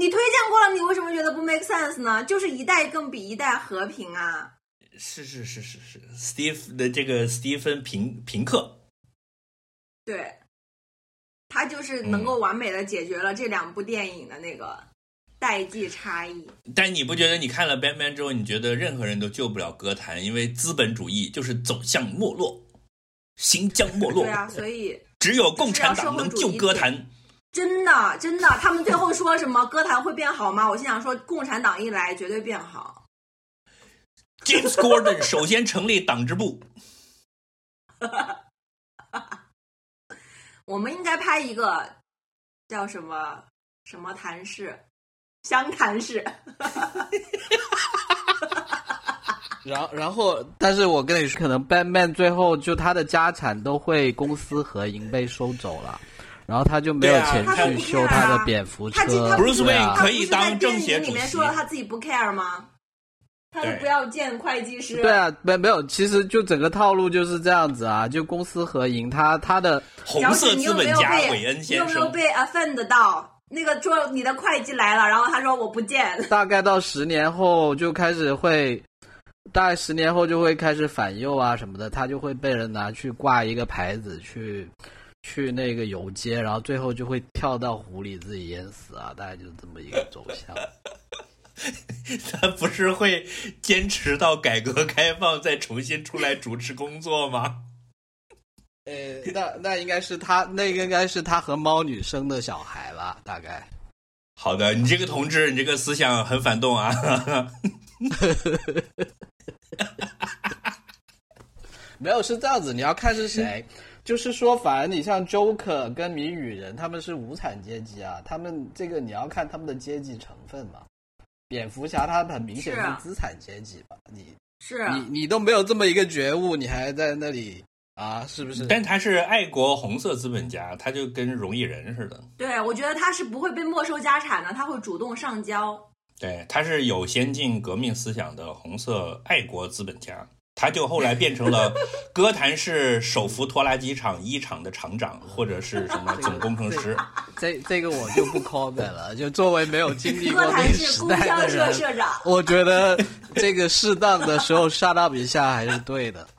你推荐过了，你为什么觉得不 make sense 呢？就是一代更比一代和平啊。 是是是是是 ，Steve 的这个斯蒂芬平平克， 对，他就是能够完美的解决了这两部电影的那个代际差异。 但你不觉得你看了 Batman 之后，你觉得任何人都救不了歌坛，因为资本主义就是走向没落，行将没落。 对啊，所以只有共产党能救歌坛。 真的真的，他们最后说什么歌坛会变好吗？我心想说，共产党一来绝对变好。 James Gordon 首先成立党支部。 我们应该拍一个叫什么什么谭氏，湘潭市。 然后然后，但是我跟你说，可能 Batman 最后就他的家产都会公私合营被收走了，然后他就没有钱去修他的蝙蝠车。 他他 Bruce Wayne 可以当当政协主席。 里面说了他自己不 care 吗？他就不要见会计师。 对啊，没没有，其实就整个套路就是这样子啊，就公私合营，他他的红色资本家韦恩先生， 你有没有被 offend 到？那个说你的会计来了，然后他说我不见。 大概到十年后就开始会，大概十年后就会开始反右啊什么的，他就会被人拿去挂一个牌子去去那个游街，然后最后就会跳到湖里自己淹死啊，大概就是这么一个走向。 他不是会坚持到改革开放再重新出来主持工作吗？ 呃，那那应该是他，那个应该是他和猫女生的小孩吧，大概。 好的，你这个同志，你这个思想很反动啊。 没有，是这样子，你要看是谁。就是说，反而你像 Joker 跟谜语人，他们是无产阶级啊，他们这个你要看他们的阶级成分嘛。蝙蝠侠他很明显是资产阶级吧？你是你你都没有这么一个觉悟，你还在那里啊？是不是？ 但他是爱国红色资本家，他就跟荣毅人似的。 对，我觉得他是不会被没收家产的，他会主动上交。 对，他是有先进革命思想的红色爱国资本家。他就后来变成了哥谭市手扶拖拉机厂一厂的厂长，或者是什么总工程师。 这这个我就不 comment 了。就作为没有经历过那个时代的人， 社长我觉得这个适当的时候 shut up 一下还是对的。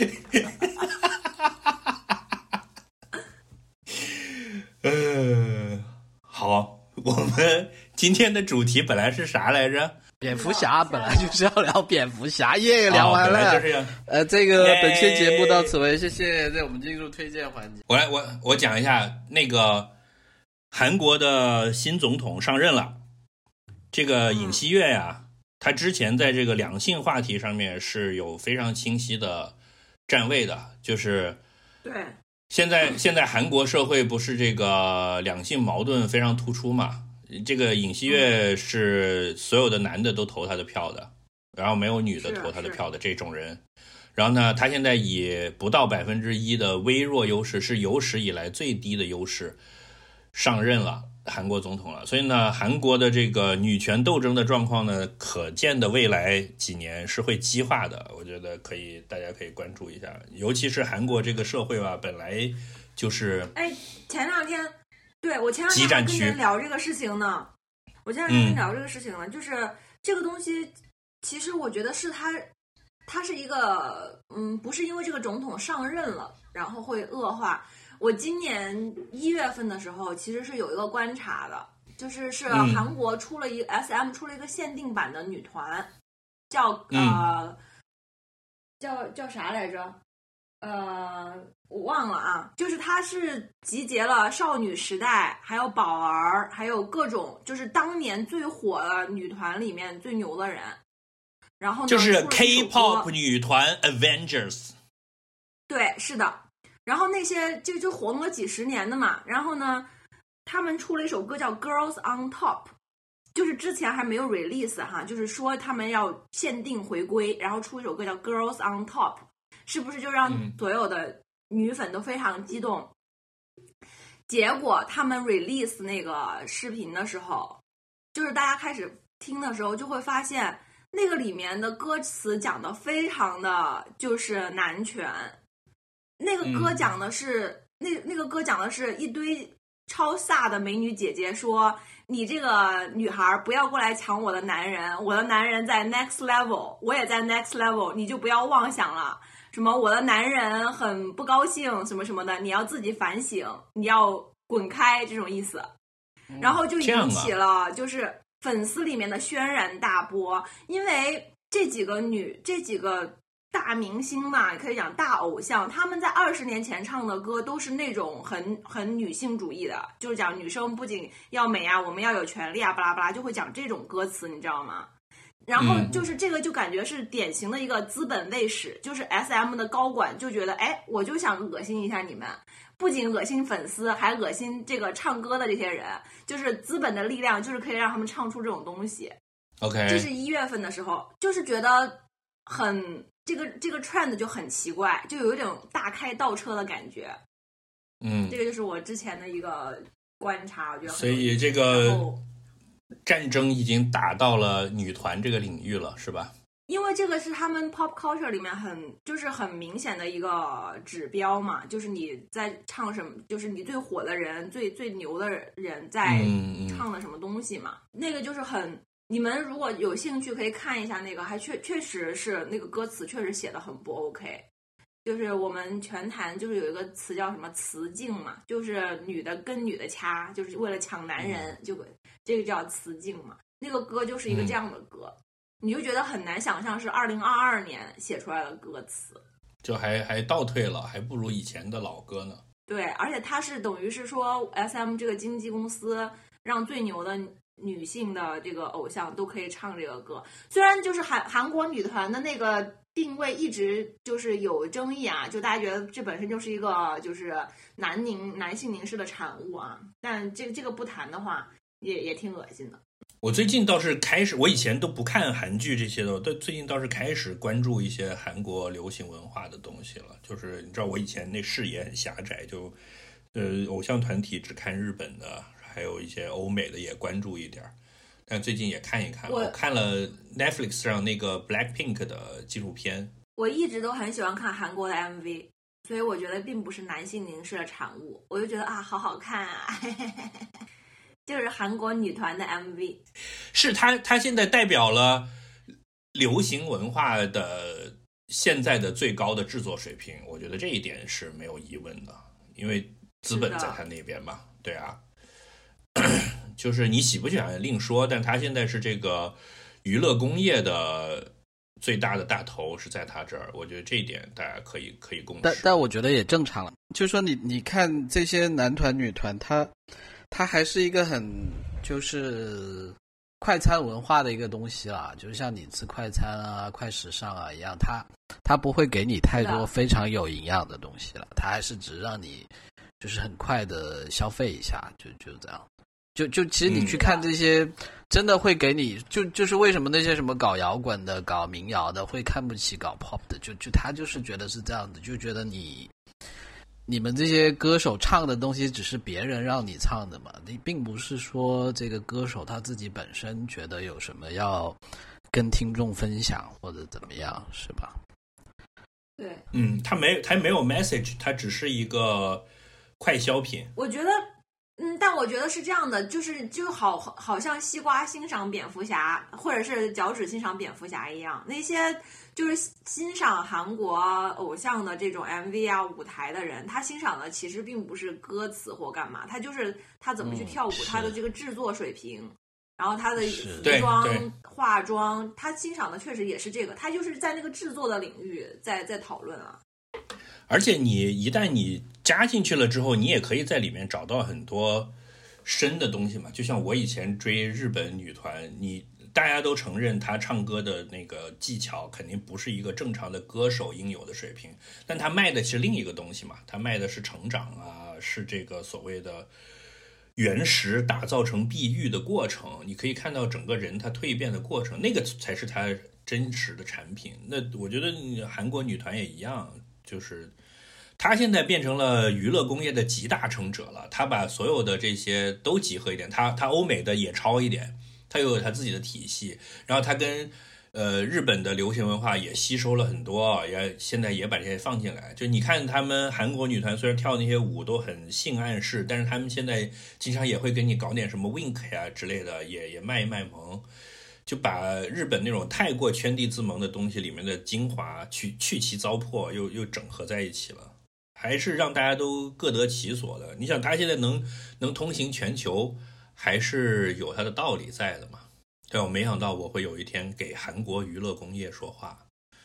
呃，好，我们今天的主题本来是啥来着？ 蝙蝠侠本来就是要聊蝙蝠侠，耶，聊完了。 哦、就是呃，这个本期节目到此为止，谢谢。在我们进入推荐环节， 我来我我讲一下那个韩国的新总统上任了，这个尹锡悦呀、嗯，他之前在这个两性话题上面是有非常清晰的站位的，就是对。 现在现在韩国社会不是这个两性矛盾非常突出嘛？这个尹锡悦是所有的男的都投他的票的，然后没有女的投他的票的这种人。然后呢，他现在以不到百分之一的微弱优势，是有史以来最低的优势上任了韩国总统了。所以呢，韩国的这个女权斗争的状况呢，可见的未来几年是会激化的。我觉得可以，大家可以关注一下，尤其是韩国这个社会吧，本来就是哎，前两天。对，我前两天还跟人聊这个事情呢，我前两天跟人聊这个事情呢、嗯，就是这个东西，其实我觉得是他，他是一个，嗯，不是因为这个总统上任了，然后会恶化。我今年一月份的时候，其实是有一个观察的，就是是韩国出了一、嗯、S M 出了一个限定版的女团，叫呃、嗯，叫叫啥来着？呃，我忘了啊，就是他是集结了少女时代，还有宝儿，还有各种就是当年最火的女团里面最牛的人。然后呢， 就是 K-pop 女团 Avengers。 对，是的。然后那些就就活动了几十年的嘛。然后呢，他们出了一首歌叫 Girls on Top， 就是之前还没有 release 哈，就是说他们要限定回归，然后出一首歌叫 Girls on Top。是不是就让所有的女粉都非常激动、嗯、结果他们 release 那个视频的时候，就是大家开始听的时候就会发现那个里面的歌词讲的非常的就是男权，那个歌讲的是、嗯、那那个歌讲的是一堆超飒的美女姐姐说，你这个女孩不要过来抢我的男人，我的男人在 next level， 我也在 next level， 你就不要妄想了。什么我的男人很不高兴什么什么的，你要自己反省，你要滚开，这种意思。然后就引起了就是粉丝里面的轩然大波，因为这几个女这几个大明星嘛，可以讲大偶像，他们在二十年前唱的歌都是那种很很女性主义的，就是讲女生不仅要美啊，我们要有权利啊，巴拉巴拉，就会讲这种歌词，你知道吗？然后就是这个就感觉是典型的一个资本卫士，就是 S M 的高管就觉得，哎，我就想恶心一下你们，不仅恶心粉丝，还恶心这个唱歌的这些人，就是资本的力量，就是可以让他们唱出这种东西。 OK， 这是一月份的时候，就是觉得很这个这个 trend 就很奇怪，就有一种大开倒车的感觉。 嗯， 这个就是我之前的一个观察，我觉得很。 所以这个战争已经打到了女团这个领域了，是吧？ 因为这个是他们 pop culture 里面很就是很明显的一个指标嘛，就是你在唱什么，就是你最火的人、最最牛的人在唱的什么东西嘛。嗯嗯，那个就是很，你们如果有兴趣可以看一下那个，还确确实是那个歌词确实写的很不 OK。就是我们全坛就是有一个词叫什么雌竞嘛，就是女的跟女的掐，就是为了抢男人，就这个叫雌竞嘛。那个歌就是一个这样的歌。嗯，你就觉得很难想象是二零二二年写出来的歌词， 就还还倒退了，还不如以前的老歌呢。 对，而且它是等于是说 S M 这个经纪公司让最牛的女性的这个偶像都可以唱这个歌。虽然就是韩韩国女团的那个定位一直就是有争议啊，就大家觉得这本身就是一个就是男凝男性凝视的产物啊，但这个这个不谈的话，也也挺恶心的。 我最近倒是开始，我以前都不看韩剧这些的，但最近倒是开始关注一些韩国流行文化的东西了。就是你知道我以前那视野很狭窄，就呃偶像团体只看日本的，还有一些欧美的也关注一点，但最近也看一看。我, 我看了 Netflix 上那个 Blackpink 的纪录片。 我一直都很喜欢看韩国的 M V， 所以我觉得并不是男性凝视的产物，我就觉得啊好好看啊。就是韩国女团的 M V， 是它它现在代表了流行文化的现在的最高的制作水平，我觉得这一点是没有疑问的，因为资本在它那边嘛。对啊，就是你喜不喜欢另说，但它现在是这个娱乐工业的最大的大头是在他这儿，我觉得这一点大家可以可以共识。 但但我觉得也正常了，就是说你你看这些男团女团，他它还是一个很就是快餐文化的一个东西啦，就是像你吃快餐啊、快时尚啊一样，它它不会给你太多非常有营养的东西了，它还是只让你就是很快的消费一下，就就这样。就就其实你去看这些，真的会给你就就是为什么那些什么搞摇滚的、搞民谣的会看不起搞 pop 的，就就他就是觉得是这样的，就觉得你。你们这些歌手唱的东西只是别人让你唱的嘛，你并不是说这个歌手他自己本身觉得有什么要跟听众分享或者怎么样，是吧？ 对， 嗯，他没他没有 message， 他只是一个快消品。 我觉得，嗯，但我觉得是这样的，就是就好好像西瓜欣赏蝙蝠侠，或者是脚趾欣赏蝙蝠侠一样，那些。就是欣赏韩国偶像的这种 M V 啊舞台的人，他欣赏的其实并不是歌词或干嘛，他就是他怎么去跳舞，嗯、他的这个制作水平，然后他的服装化妆，他欣赏的确实也是这个，他就是在那个制作的领域在在讨论啊。 而且你一旦你加进去了之后，你也可以在里面找到很多深的东西嘛，就像我以前追日本女团，你。大家都承认他唱歌的那个技巧肯定不是一个正常的歌手应有的水平，但他卖的是另一个东西嘛，他卖的是成长啊，是这个所谓的原石打造成碧玉的过程，你可以看到整个人他蜕变的过程，那个才是他真实的产品。那我觉得韩国女团也一样，就是他现在变成了娱乐工业的集大成者了，他把所有的这些都集合一点，他他欧美的也抄一点，他又有他自己的体系，然后他跟呃，日本的流行文化也吸收了很多，也现在也把这些放进来。就你看他们韩国女团虽然跳那些舞都很性暗示，但是他们现在经常也会给你搞点什么 wink 呀之类的，也也卖一卖萌，就把日本那种太过圈地自萌的东西里面的精华去去其糟粕，又又整合在一起了，还是让大家都各得其所的。你想他现在能能通行全球，还是有他的道理在的嘛。对，我没想到我会有一天给韩国娱乐工业说话。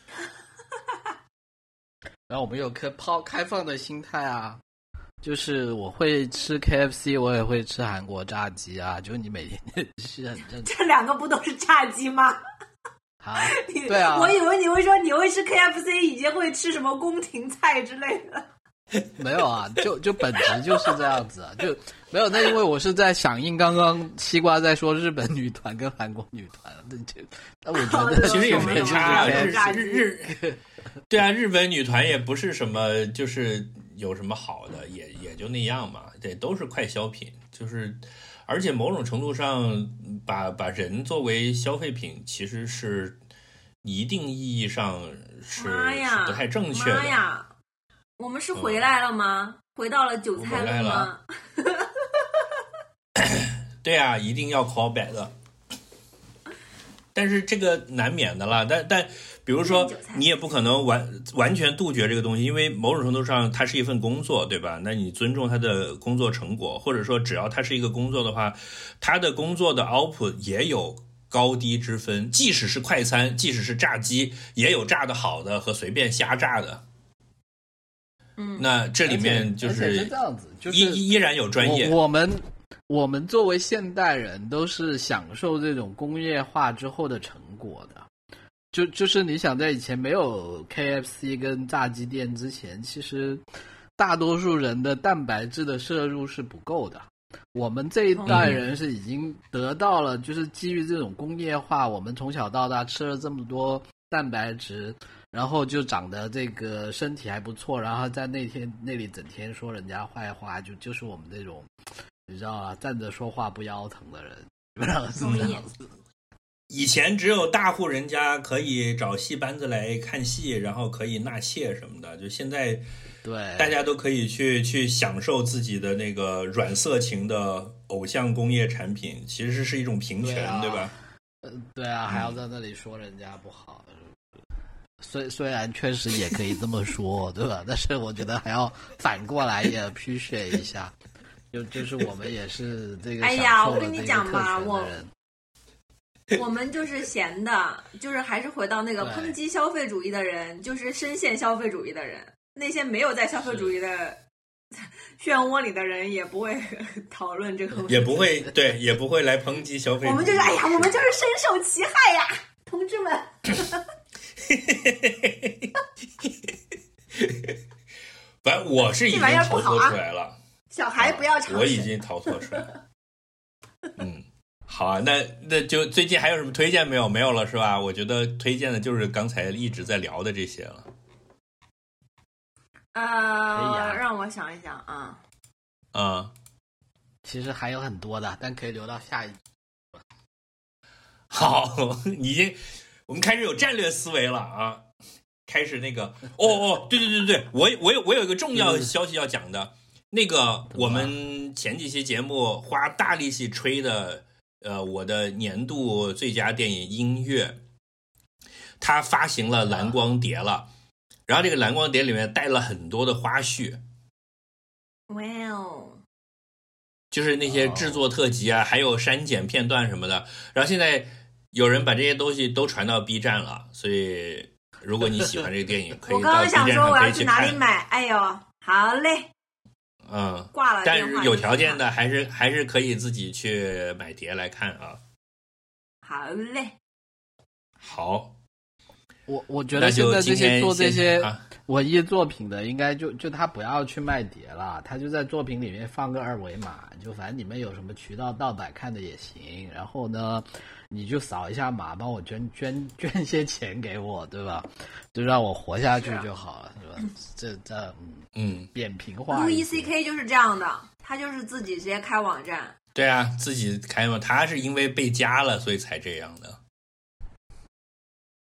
然后我们有颗抛开放的心态啊，就是我会吃 K F C， 我也会吃韩国炸鸡啊，就你每天是很正常。 这两个不都是炸鸡吗？ 啊，对啊， 我以为你会说你会吃 K F C， 以及会吃什么宫廷菜之类的。 没有啊，就就本质就是这样子啊，就没有。那因为我是在响应刚刚西瓜在说日本女团跟韩国女团，就那我觉得其实也没差，日日日对啊，日本女团也不是什么就是有什么好的，也也就那样嘛，对，都是快消品，就是而且某种程度上把把人作为消费品，其实是一定意义上是是不太正确的。 妈呀！我们是回来了吗？嗯、回到了韭菜了吗？ 对啊，一定要 call back 的。但是这个难免的了，但但比如说你也不可能完完全杜绝这个东西，因为某种程度上它是一份工作，对吧？那你尊重他的工作成果，或者说只要它是一个工作的话，他的工作的 output 也有高低之分，即使是快餐，即使是炸鸡，也有炸的好的和随便瞎炸的。 嗯， 那这里面就是是这样子，就是依依然有专业。 我, 我们我们作为现代人，都是享受这种工业化之后的成果的。就就是你想在以前没有 K F C 跟炸鸡店之前，其实大多数人的蛋白质的摄入是不够的。我们这一代人是已经得到了，就是基于这种工业化，我们从小到大吃了这么多蛋白质。然后就长得这个身体还不错，然后在那天那里整天说人家坏话，就就是我们这种，你知道啊，站着说话不腰疼的人，基本上是这样子。 以前只有大户人家可以找戏班子来看戏，然后可以纳妾什么的，就现在， 对， 大家都可以去去享受自己的那个软色情的偶像工业产品，其实是一种平权， 对,、啊、对吧？ 呃，对啊，还要在那里说人家不好。虽虽然确实也可以这么说，对吧？但是我觉得还要反过来也 appreciate 一下，就就是我们也是这个。 哎呀，我跟你讲吧，我我们就是闲的，就是还是回到那个抨击消费主义的人，就是深陷消费主义的人，那些没有在消费主义的漩涡里的人也不会讨论这个问题， 也不会对，也不会来抨击消费主义。 我们就是哎呀，我们就是深受其害呀，同志们。 反正我是已经逃脱出来了， 啊、小孩不要尝试、 啊、我已经逃脱出来了。嗯，好啊，那那就最近还有什么推荐没有？没有了是吧？我觉得推荐的就是刚才一直在聊的这些了。 呃，啊、让我想一想啊。 嗯， 其实还有很多的，但可以留到下一集。 好，你已经。我们开始有战略思维了啊！开始那个，哦哦，对对对对，我我有我有一个重要消息要讲的，那个我们前几期节目花大力气吹的，呃，我的年度最佳电影音乐，它发行了蓝光碟了，然后这个蓝光碟里面带了很多的花絮， 哇哦， 就是那些制作特辑啊，还有删减片段什么的，然后现在。有人把这些东西都传到 B 站了，所以如果你喜欢这个电影，可以到 B 站上可以去看。 我刚刚想说我要去哪里买，哎呦，好嘞， 嗯， 挂了。 但是有条件的，还是还是可以自己去买碟来看啊。 好嘞， 好， 我我觉得现在这些做这些文艺作品的，应该就就他不要去卖碟了，他就在作品里面放个二维码，就反正你们有什么渠道盗版看的也行，然后呢。你就扫一下码，帮我捐捐捐些钱给我，对吧？就让我活下去就好了，是吧？嗯、这这嗯嗯， 扁平化。 路易 C K 就是这样的，他就是自己直接开网站。 对啊，自己开嘛，他是因为被加了，所以才这样的。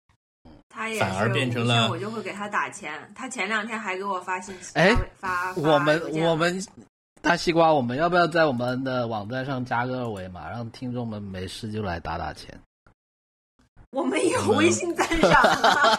他也是反而变成了我就会给他打钱。他前两天还给我发信息， 哎， 发我们我们大西瓜，我们要不要在我们的网站上加个二维码，让听众们没事就来打打钱？ 我们有微信赞赏啊！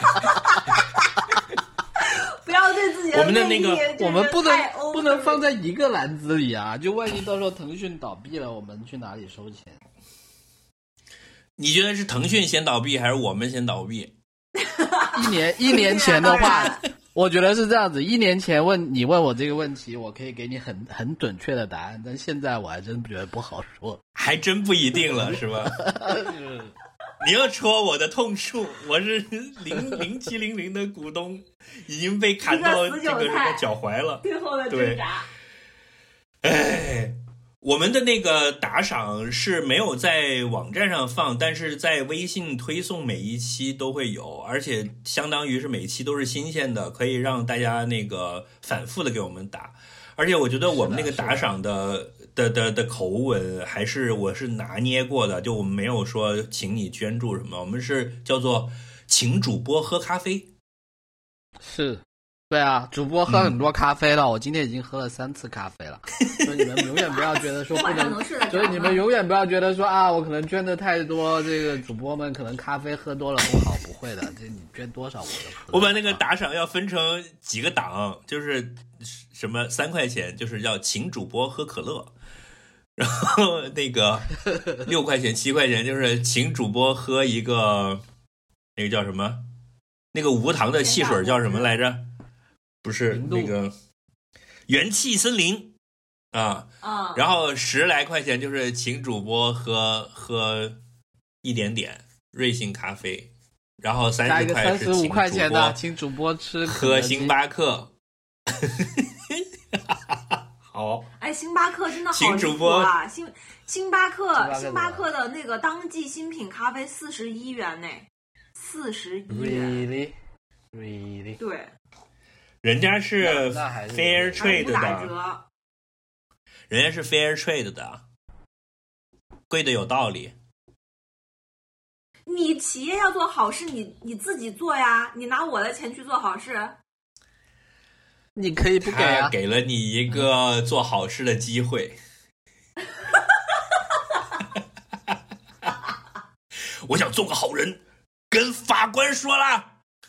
不要对自己的我们的那个， 我们不能不能放在一个篮子里啊！就万一到时候腾讯倒闭了，我们去哪里收钱？ 你觉得是腾讯先倒闭，还是我们先倒闭？ 一年一年前的话，我觉得是这样子。一年前问你问我这个问题，我可以给你很很准确的答案，但现在我还真觉得不好说， 还真不一定了，是吧？ 是你要戳我的痛处，我是零零七零零的股东，已经被砍到这个什么脚踝了， 最后的挣扎。 哎，我们的那个打赏是没有在网站上放，但是在微信推送每一期都会有，而且相当于是每期都是新鲜的，可以让大家那个反复的给我们打。而且我觉得我们那个打赏的的的的口吻还是我是拿捏过的，就我们没有说请你捐助什么，我们是叫做请主播喝咖啡。 是，对啊，主播喝很多咖啡了，嗯、我今天已经喝了三次咖啡了，所以你们永远不要觉得说不能，所以你们永远不要觉得说啊，我可能捐的太多，这个主播们可能咖啡喝多了不好，不会的，这你捐多少我都喝。 我把那个打赏要分成几个档，就是什么三块钱就是要请主播喝可乐，然后那个六块钱七块钱就是请主播喝一个那个叫什么那个无糖的汽水叫什么来着？不是那个元气森林啊啊，然后十来块钱就是请主播喝喝一点点瑞幸咖啡，然后三十块是请块钱的请主播吃喝星巴克。好， 哎，星巴克真的好离谱啊！星星巴克星巴克的那个当季新品咖啡四十一元呢，四十一元 ，really really 对。 人家是 fair trade 的， 人家是 fair trade 的，贵的有道理。 你企业要做好事，你你自己做呀，你拿我的钱去做好事， 你可以不给啊。 他给了你一个做好事的机会。我想做个好人，跟法官说啦。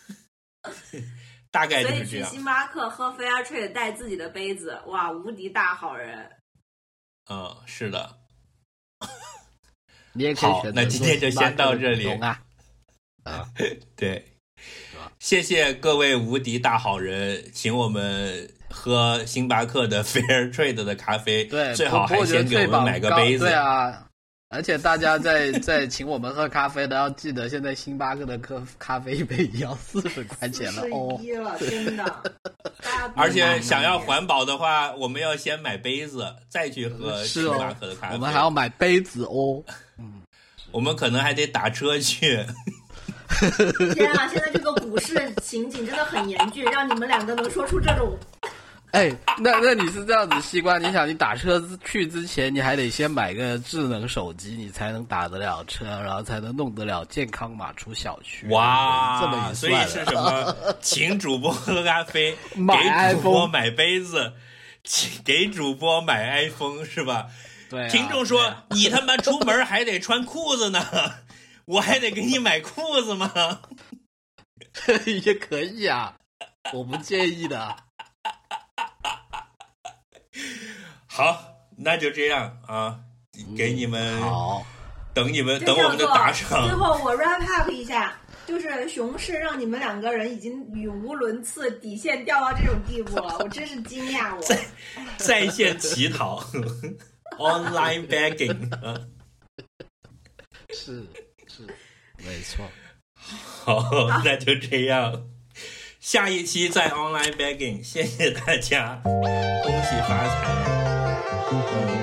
大概就是这样。 所以去星巴克喝 Fair Trade 带自己的杯子，哇，无敌大好人。 嗯，是的。 你也可以选择。 好，那今天就先到这里啊。 啊，对，谢谢各位无敌大好人，请我们喝星巴克的 Fair Trade 的咖啡， 对， 最好还先给我们买个杯子。 对啊。而且大家在在请我们喝咖啡的要记得，现在星巴克的咖咖啡一杯也要四十块钱了哦， 了真的。 而且想要环保的话，我们要先买杯子，再去喝星巴克的咖啡。 哦、我们还要买杯子哦。 嗯，我们可能还得打车去。 天啊！现在这个股市情景真的很严峻，让你们两个能说出这种。 哎，那那你是这样子，西瓜，你想你打车去之前，你还得先买个智能手机，你才能打得了车，然后才能弄得了健康码出小区。 哇， 这么一所以是什么？请主播喝咖啡， 给主播买杯子，给主播买 iPhone 是吧？ 对、啊。 听众说、啊、你他妈出门还得穿裤子呢，我还得给你买裤子吗？ 也可以啊，我不介意的。 好，那就这样啊，给你们、 嗯、好， 等你们等我们的打赏。 最后我 wrap up 一下，就是熊市让你们两个人已经语无伦次，底线掉到这种地步了，我真是惊讶我。 在在线乞讨，online begging 啊， 是是，没错。 好，那就这样。下一期再 online begging， 谢谢大家，恭喜发财。